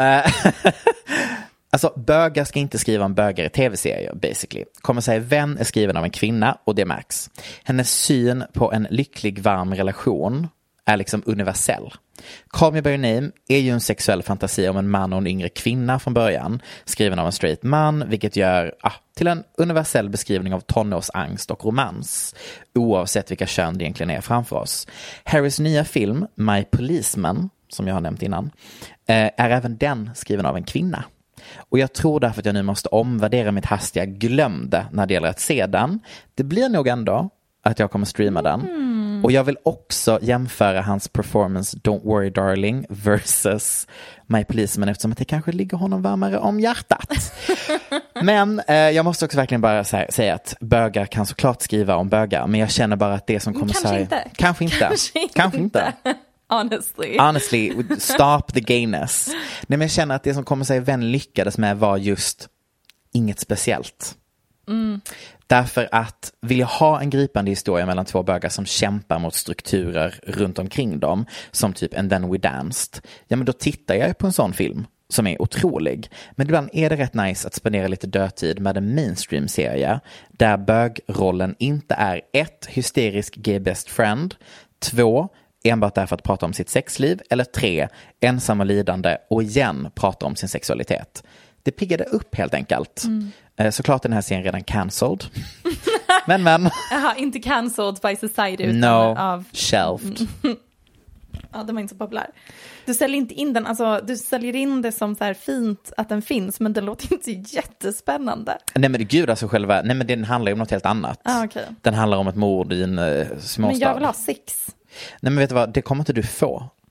alltså bögar ska inte skriva om bögar i tv-serier basically. Kommissarie Vän är skriven av en kvinna och det märks. Hennes syn på en lycklig varm relation är liksom universell. Call Me By Your Name är ju en sexuell fantasi om en man och en yngre kvinna från början, skriven av en straight man, vilket gör till en universell beskrivning av tonårsangst och romans, oavsett vilka kön det egentligen är framför oss. Harrys nya film, My Policeman, som jag har nämnt innan, är även den skriven av en kvinna. Och jag tror därför att jag nu måste omvärdera mitt hastiga glömde när det gäller att se den. Det blir nog ändå att jag kommer streama den. Och jag vill också jämföra hans performance Don't Worry Darling versus My Policeman, eftersom att det kanske ligger honom varmare om hjärtat. Men jag måste också verkligen bara säga att bögar kan såklart skriva om bögar, men jag känner bara att det som kommer säga... Kanske inte. Honestly, stop the gayness. Nej, men jag känner att det som kommer sig Vän lyckades med var just inget speciellt. Därför att vill jag ha en gripande historia mellan två bögar som kämpar mot strukturer runt omkring dem, som typ And Then We Danced, ja men då tittar jag på en sån film som är otrolig. Men ibland är det rätt nice att spendera lite dödtid med en mainstream-serie där bögrollen inte är 1. hysterisk gay best friend, 2. enbart därför att prata om sitt sexliv, eller 3. ensam och lidande och igen prata om sin sexualitet. Det piggade upp helt enkelt. Såklart den här serien redan cancelled. men. Jaha, inte cancelled by society utan shelved. Ja, den var inte så populär. Du säljer inte in den, alltså du säljer in det som så här fint att den finns, men den låter inte jättespännande. Nej men gud, alltså nej men den handlar ju om något helt annat. Okay. Den handlar om ett mord i en småstad. Men jag vill ha sex. Nej men vet du vad, det kommer inte du få.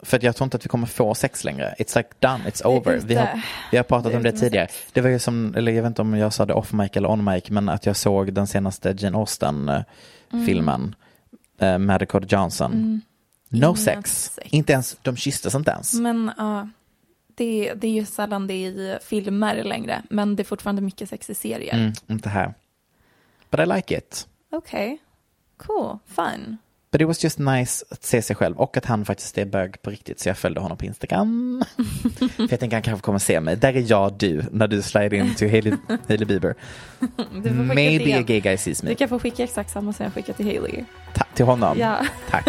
För att jag tror inte att vi kommer få sex längre. It's like done, it's over. Vi har pratat om det tidigare. Det var ju som, eller jag vet inte om jag sa det off mic eller on mic, men att jag såg den senaste Jane Austen-filmen med Dakota Johnson. No sex. Inte ens, de kysstes inte ens. Men det är ju sällan det i filmer längre. Men det är fortfarande mycket sex i serier. Inte här. But I like it. Okay. Cool. Fun. But it was just nice att se sig själv. Och att han faktiskt är bög på riktigt. Så jag följde honom på Instagram. För jag tänker han kanske kommer se mig. Där är jag när du slider in till Hailey Bieber. Maybe a gay guy sees me. Du kan få skicka exakt samma som jag skickade till Hailey. Till honom? Ja. Tack.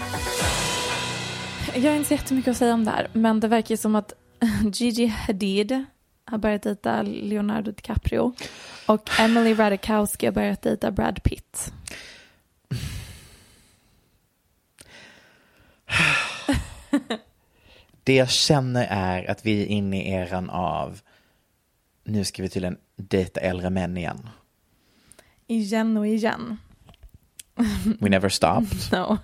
Jag har inte så jättemycket att säga om det här. Men det verkar som att Gigi Hadid har börjat dejta Leonardo DiCaprio. Och Emily Ratajkowski har börjat dejta Brad Pitt. Det jag känner är att vi är inne i eran av nu ska vi tydligen dejta äldre män igen. Igen och igen. We never stopped. No.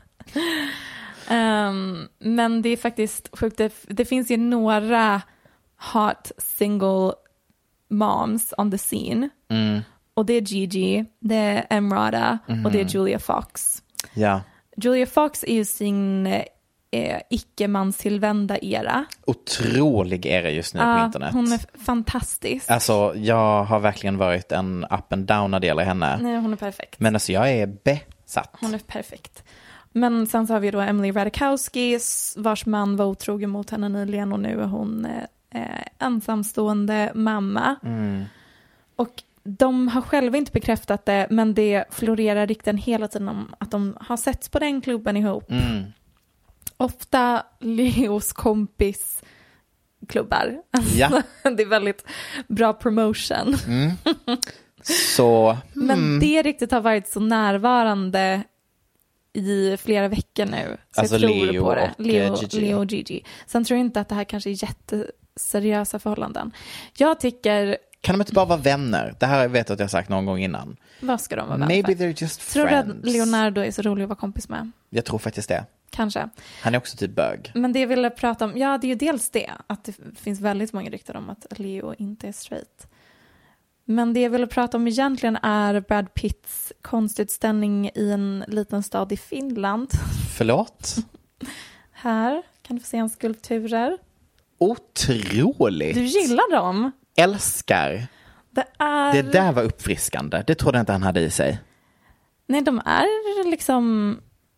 Men det är faktiskt sjukt. Det finns ju några hot single moms on the scene. Och det är Gigi, det är Emrata och det är Julia Fox. Ja. Julia Fox är ju sin icke-manstillvända era. Otrolig era just nu på internet. Hon är fantastisk. Alltså jag har verkligen varit en up and down när det gäller henne. Nej, hon är perfekt. Men alltså jag är besatt. Hon är perfekt. Men sen så har vi då Emily Ratajkowski vars man var otrogen mot henne nyligen och nu är hon ensamstående mamma. Och de har själva inte bekräftat det, men det florerar riktigt hela tiden om att de har setts på den klubben ihop. Ofta Leos kompis klubbar. Ja. Det är väldigt bra promotion. Så, men det riktigt har varit så närvarande i flera veckor nu. Så alltså jag tror Leo på det. Gigi. Leo och Gigi. Sen tror jag inte att det här kanske är jätteseriösa förhållanden. Jag tycker... Kan de inte bara vara vänner? Det här vet jag att jag har sagt någon gång innan. Vad ska de vara vänner Maybe för? they're just tror friends. Tror du att Leonardo är så rolig att vara kompis med? Jag tror faktiskt det. Kanske. Han är också typ bög. Men det jag ville prata om, ja det är ju dels det. Att det finns väldigt många rykten om att Leo inte är straight. Men det jag ville prata om egentligen är Brad Pitts konstutställning i en liten stad i Finland. Förlåt? Här kan du få se hans skulpturer. Otroligt! Du gillar dem? Älskar. Det där var uppfriskande. Det trodde jag inte han hade i sig. Nej, de är liksom...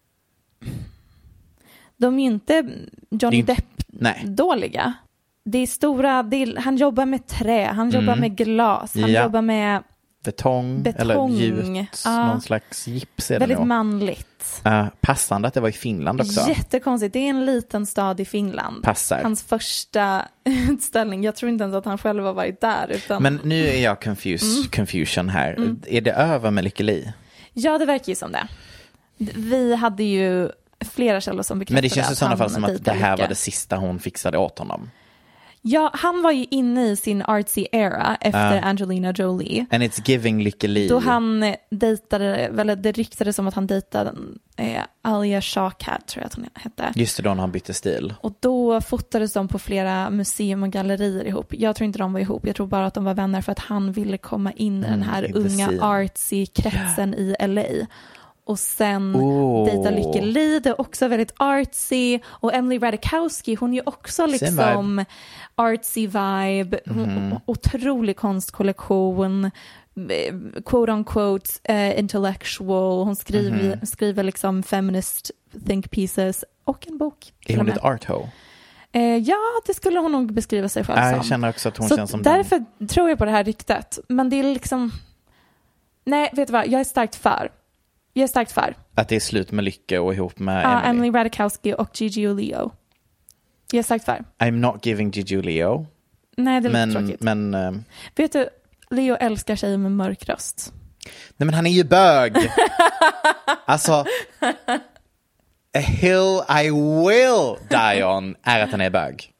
De är inte Johnny Depp-dåliga. Det är stora... han jobbar med trä, han jobbar med glas, han jobbar med... Betong. Eller gjut. Någon slags gips är det väldigt nog. Manligt. Passande att det var i Finland också. Jättekonstigt. Det är en liten stad i Finland. Passar. Hans första utställning. Jag tror inte ens att han själv har varit där. Utan... Men nu är jag confusion här. Är det över med Lykke Li? Ja, det verkar ju som det. Vi hade ju flera källor som bekräftade. Men det känns i sådana fall som att det här var det sista hon fixade åt honom. Ja, han var ju inne i sin artsy era efter Angelina Jolie. And it's giving Lykke Li. Då han dejtade, väl det ryktades som att han dejtade Alia Shawkat, tror jag att hon hette. Just det, då när han bytte stil. Och då fotades de på flera museum och gallerier ihop. Jag tror inte de var ihop, jag tror bara att de var vänner för att han ville komma in i den här unga artsy kretsen i LA. Och sen dejta Lykke Li, det är också väldigt artsy. Och Emily Ratajkowski, hon är ju också liksom artsy vibe. Otrolig konstkollektion, quote on quote intellectual. Hon skriver liksom feminist think pieces och en bok. Är hon ett art-ho? Ja, det skulle hon nog beskriva sig själv som. Jag känner också att hon så känns som därför tror jag på det här ryktet. Men det är liksom... Nej, vet du vad? Jag är starkt för. Att det är slut med Lykke och ihop med Emily Ratajkowski och Gigi och Leo. Jag är starkt för. I'm not giving Gigi och Leo. Nej, det är lite tråkigt. Men, vet du, Leo älskar tjejer med mörk röst. Nej, men han är ju bög. Alltså, a hill I will die on är att han är bög.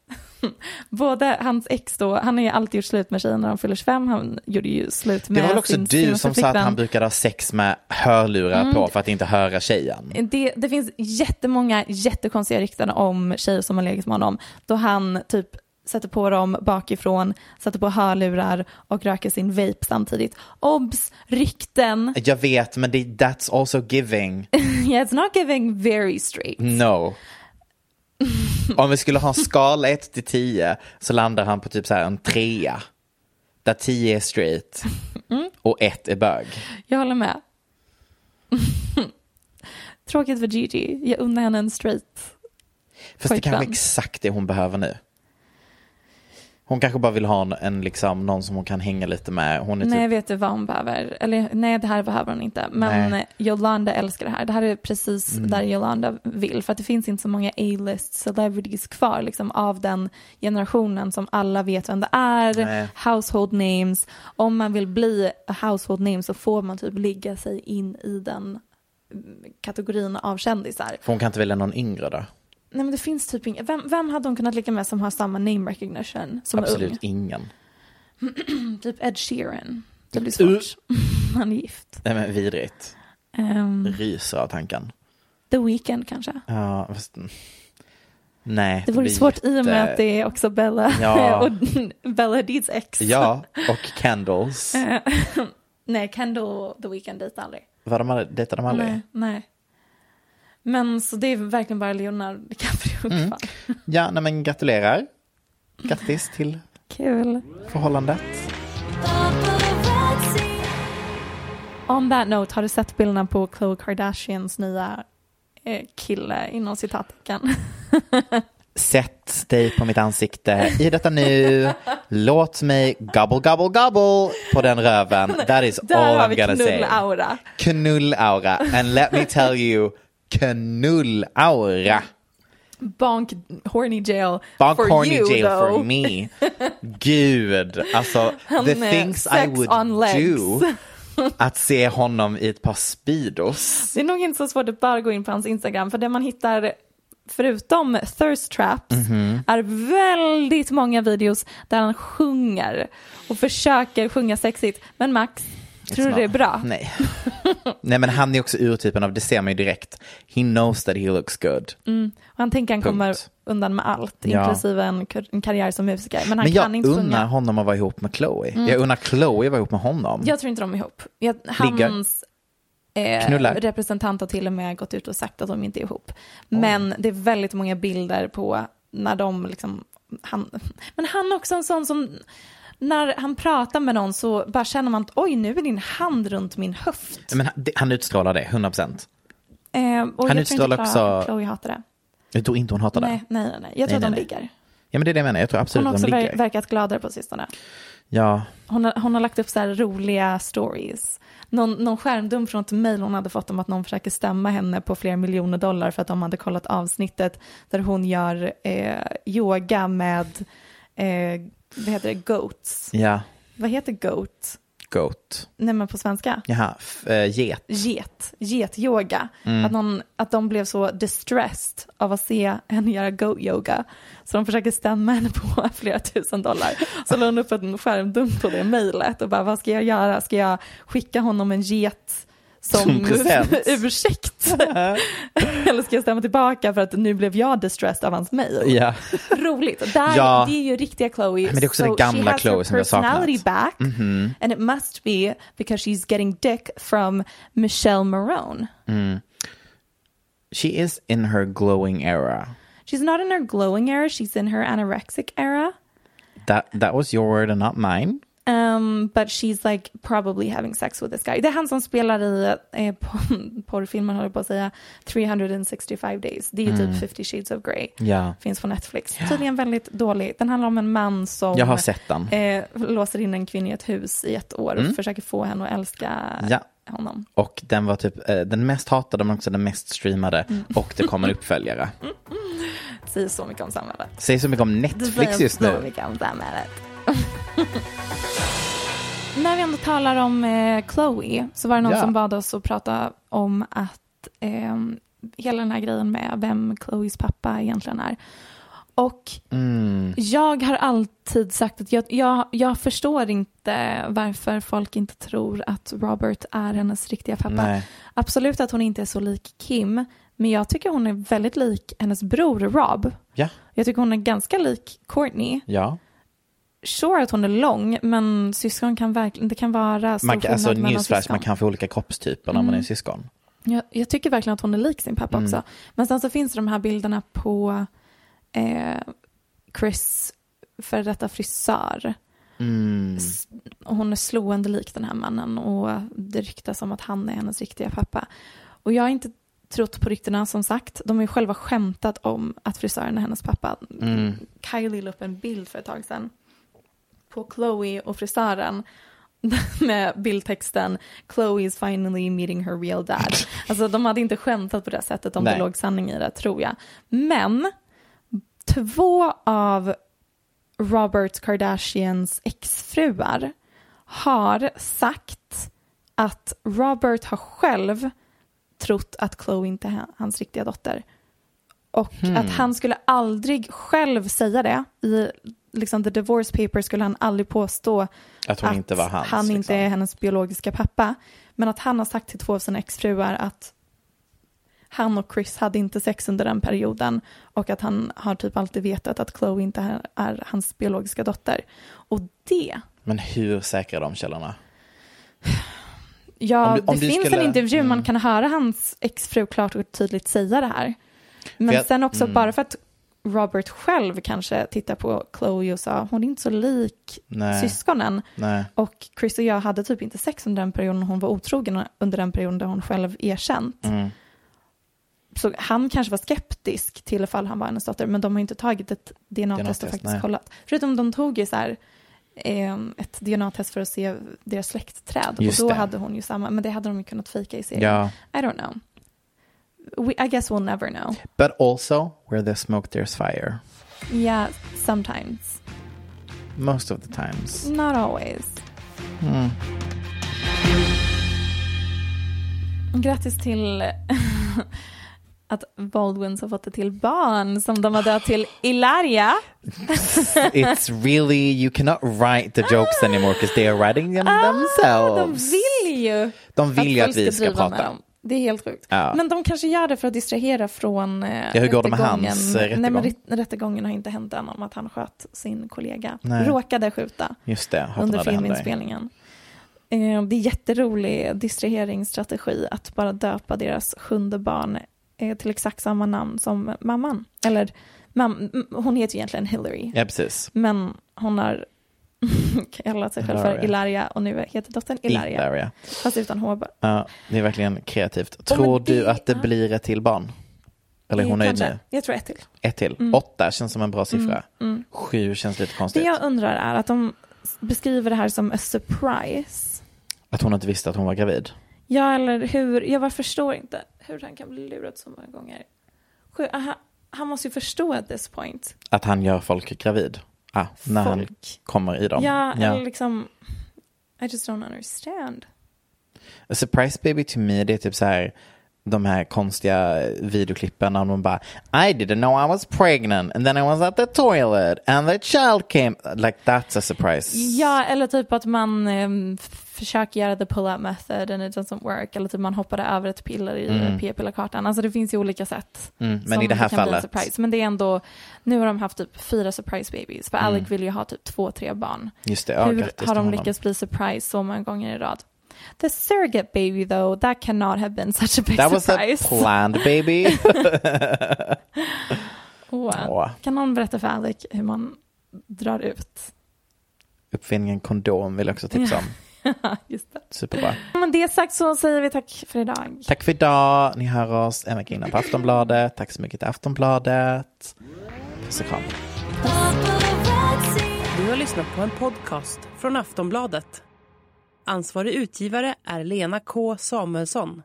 både hans ex då, han har ju alltid gjort slut med tjejer när de fyller 25. Han gjorde ju slut med det var väl också sin du som sa att han brukade ha sex med hörlurar på för att inte höra tjejen. Det finns jättemånga jättekonstiga rykten om tjejer som har legat med honom. Då han typ sätter på dem bakifrån, sätter på hörlurar och röker sin vape samtidigt. Obs, rykten. Jag vet, men that's also giving. Yeah, it's not giving very straight. No. Om vi skulle ha en skala 1-10 så landar han på typ så här en 3. Där 10 är straight och 1 är bög. Jag håller med. Tråkigt för Gigi. Jag undrar henne en straight. Fast det kanske är exakt det hon behöver nu. Hon kanske bara vill ha en liksom, någon som hon kan hänga lite med. Hon är nej, typ... jag vet vad hon behöver. Eller nej, det här behöver hon inte. Men nej. Yolanda älskar det här. Det här är precis där Yolanda vill. För att det finns inte så många A-list celebrities kvar liksom, av den generationen som alla vet vem det är. Nej. Household names. Om man vill bli a household name så får man typ ligga sig in i den kategorin av kändisar. För hon kan inte välja någon yngre då? Nej, men det finns typ ingen. Vem hade hon kunnat ligga med som har samma name recognition som absolut ung? Ingen. Typ Ed Sheeran. Det blir svårt. Han är gift. Nej, men vidrigt. Ryser av tanken. The Weeknd kanske. Ja, fast... Nej. Det vore svårt i och med att det är också Bella och Bella Hadids ex. Ja, och Kendalls. Nej, Kendall och The Weeknd dejtade aldrig. Dejtade de aldrig? Nej. Men så det är verkligen bara Leonardo DiCaprio. Ja, nej, men gratulerar. Grattis till kul förhållandet. On that note, har du sett bilderna på Khloe Kardashians nya kille inom citattecken? Sätt dig på mitt ansikte i detta nu. Låt mig gobble, gobble, gobble på den röven. That is all I'm gonna say. Knullaura. Knullaura. And let me tell you, knullaura. Bonk horny jail Bonk for horny you, jail though. for me. Gud, alltså the things I would do. Att se honom i ett par speedos. Det är nog inte så svårt att bara gå in på hans Instagram. För det man hittar förutom thirst traps är väldigt många videos där han sjunger och försöker sjunga sexigt. Men Max, tror du det är bra? Nej. Nej, men han är också urtypen av, det ser man ju direkt. He knows that he looks good. Och han tänker han kommer undan med allt, inklusive en karriär som musiker. Men han kan inte sjunga. Jag unnar honom att vara ihop med Chloe. Jag unnar Chloe att vara ihop med honom. Jag tror inte de är ihop. Hans representant har till och med gått ut och sagt att de inte är ihop. Men det är väldigt många bilder på när de liksom... Men han är också en sån som... När han pratar med någon så bara känner man att oj, nu är din hand runt min höft. Men han utstrålar det, 100%. Och han utstrålar också... Chloe hatar det. Jag tror inte hon hatar det. Nej. Jag tror att de ligger. Ja, men det är det jag menar. Jag tror absolut att de ligger. Hon har också verkat gladare på sistone. Ja. Hon har lagt upp så här roliga stories. Någon skärmdump från ett mejl hon hade fått om att någon försöker stämma henne på flera miljoner dollar för att de hade kollat avsnittet där hon gör yoga med vad heter det? Goats. Ja. Vad heter goat? Goat. Nej, men på svenska. Jaha, Get-yoga. Att de blev så distressed av att se henne göra goat-yoga. Så de försöker stämma henne på flera tusen dollar. Så la hon upp en skärmdump på det mejlet och bara, vad ska jag göra? Ska jag skicka honom en get som ursäkt? Eller ska jag stämma tillbaka för att nu blev jag distressed av hans mejl? Ja. Roligt. Det är ju riktiga Chloe. Men det är också det gamla Chloe som jag saknat. Personality back. And it must be because she's getting dick from Michelle Marone. She is in her glowing era. She's not in her glowing era. She's in her anorexic era. That was your word and not mine. But she's like probably having sex with this guy. Det är han som spelar i porrfilmen, håller på att säga 365 days. Det är ju typ 50 Shades of Grey. Finns på Netflix. Tydligen väldigt dålig. Den handlar om en man som jag har sett den. Låser in en kvinna i ett hus i ett år och försöker få henne att älska honom. Och den var typ den mest hatade men också den mest streamade. Och det kommer uppföljare. Säger så mycket om samhället. Säger så mycket om Netflix just nu. Så mycket om samhället. När vi ändå talar om Chloe så var det någon som bad oss att prata om att hela den här grejen med vem Chloes pappa egentligen är. Och jag har alltid sagt att jag förstår inte varför folk inte tror att Robert är hennes riktiga pappa. Nej. Absolut att hon inte är så lik Kim, men jag tycker hon är väldigt lik hennes bror Rob. Ja. Jag tycker hon är ganska lik Courtney. Ja. Sure att hon är lång, men syskon kan verkligen, det kan vara stor skillnad alltså mellan newsflash, syskon. man kan få olika kroppstyper när man är syskon. Jag tycker verkligen att hon är lik sin pappa också. Men sen så finns det de här bilderna på Chris för detta frisör. Och hon är slående lik den här mannen, och det ryktas om att han är hennes riktiga pappa. Och jag har inte trott på ryktena, som sagt. De har ju själva skämtat om att frisören är hennes pappa. Kylie la upp en bild för ett tag sedan på Chloe och frisören med bildtexten Chloe is finally meeting her real dad. Alltså de hade inte skämtat på det sättet om det låg sanning i det, tror jag. Men 2 av Robert Kardashians exfruar har sagt att Robert har själv trott att Chloe inte är hans riktiga dotter. Och att han skulle aldrig själv säga det. I liksom the divorce paper skulle han aldrig påstå att hon inte var hans, han inte liksom är hennes biologiska pappa. Men att han har sagt till 2 av sina exfruar att han och Chris hade inte sex under den perioden, och att han har typ alltid vetat att Chloe inte är hans biologiska dotter. Och det... Men hur säkrar de källorna? Ja, det finns en intervju, man kan höra hans exfru klart och tydligt säga det här. Men sen också bara för att Robert själv kanske tittar på Chloe och sa hon är inte så lik syskonen. Nej. Och Chris och jag hade typ inte sex under den perioden, hon var otrogen under den perioden där hon själv erkänt. Så han kanske var skeptisk till ifall han var hennes dotter, men de har inte tagit ett DNA-test och faktiskt kollat. Förutom de tog ju så här ett DNA-test för att se deras släktträd. Just och då det. hade hon ju samma, men det hade de ju kunnat fejka i serien. Ja. I don't know. I guess we'll never know. But also, where there's smoke, there's fire. Yeah, sometimes. Most of the times. Not always. Grattis till att Baldwins har fått det till barn som de har döpt till Ilaria. It's really, you cannot write the jokes anymore because they are writing them themselves. De vill ju att vi ska prata. Det är helt sjukt. Ja. Men de kanske gör det för att distrahera från hur går det med hans rättegång? Nej, men rättegången har inte hänt än om att han sköt sin kollega. Nej. Råkade skjuta. Just det, under filminspelningen. Det är jätterolig distraheringsstrategi att bara döpa deras 7:e barn till exakt samma namn som mamman. Eller hon heter ju egentligen Hillary. Ja, precis. Men hon har kallat sig själv för Ilaria och nu heter dottern Ilaria. Fast utan H. Ja, det är verkligen kreativt. Tror du att det blir ett till barn? Eller hon är nu? Jag tror 1 till. 1 till. 8 känns som en bra siffra. 7 känns lite konstigt. Det jag undrar är att de beskriver det här som a surprise. Att hon inte visste att hon var gravid. Ja, eller hur? Jag förstår inte hur han kan bli lurad så många gånger. Han måste ju förstå at this point. Att han gör folk gravid. När han kommer i dem. Ja, eller liksom I just don't understand. A surprise baby to me, det är typ så här de här konstiga videoklippen när man bara I didn't know I was pregnant and then I was at the toilet and the child came, like that's a surprise. Ja, eller typ att man försöker göra the pull-out method and it doesn't work, eller typ man hoppade över ett piller i p-pillerkartan. Alltså det finns ju olika sätt. Men i det här fallet. Men det är ändå, nu har de haft typ 4 surprise babies, för Alec vill ju ha typ 2-3 barn. Just det, hur har de lyckats bli surprise så många gånger i rad? The surrogate baby though, that cannot have been such a big surprise. That was a planned baby. Kan någon berätta för Alec hur man drar ut? Uppfinningen kondom vill jag också tipsa om. Just det. Superbra. Men det sagt så säger vi tack för idag. Tack för idag. Ni hör oss en vecka innan på Aftonbladet. Tack så mycket till Aftonbladet. Puss och kram. Du har lyssnat på en podcast från Aftonbladet. Ansvarig utgivare är Lena K. Samuelsson.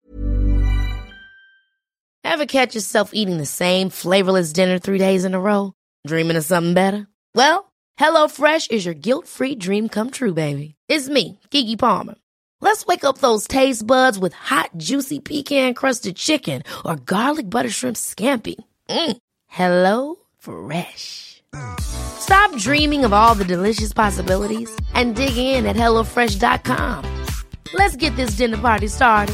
Ever catch yourself eating the same flavorless dinner 3 days in a row? Dreaming of something better? Well, HelloFresh is your guilt-free dream come true, baby. It's me, Keke Palmer. Let's wake up those taste buds with hot, juicy pecan-crusted chicken or garlic butter shrimp scampi. Hello Fresh. Stop dreaming of all the delicious possibilities and dig in at HelloFresh.com. Let's get this dinner party started.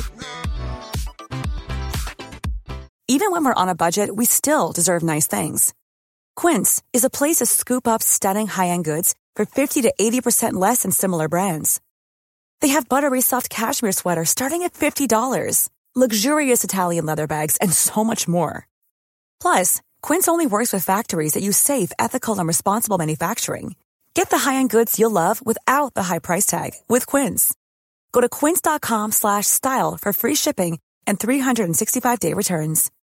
Even when we're on a budget, we still deserve nice things. Quince is a place to scoop up stunning high-end goods for 50 to 80% less than similar brands. They have buttery soft cashmere sweaters starting at $50, luxurious Italian leather bags, and so much more. Plus, Quince only works with factories that use safe, ethical, and responsible manufacturing. Get the high-end goods you'll love without the high price tag with Quince. Go to quince.com/style for free shipping and 365-day returns.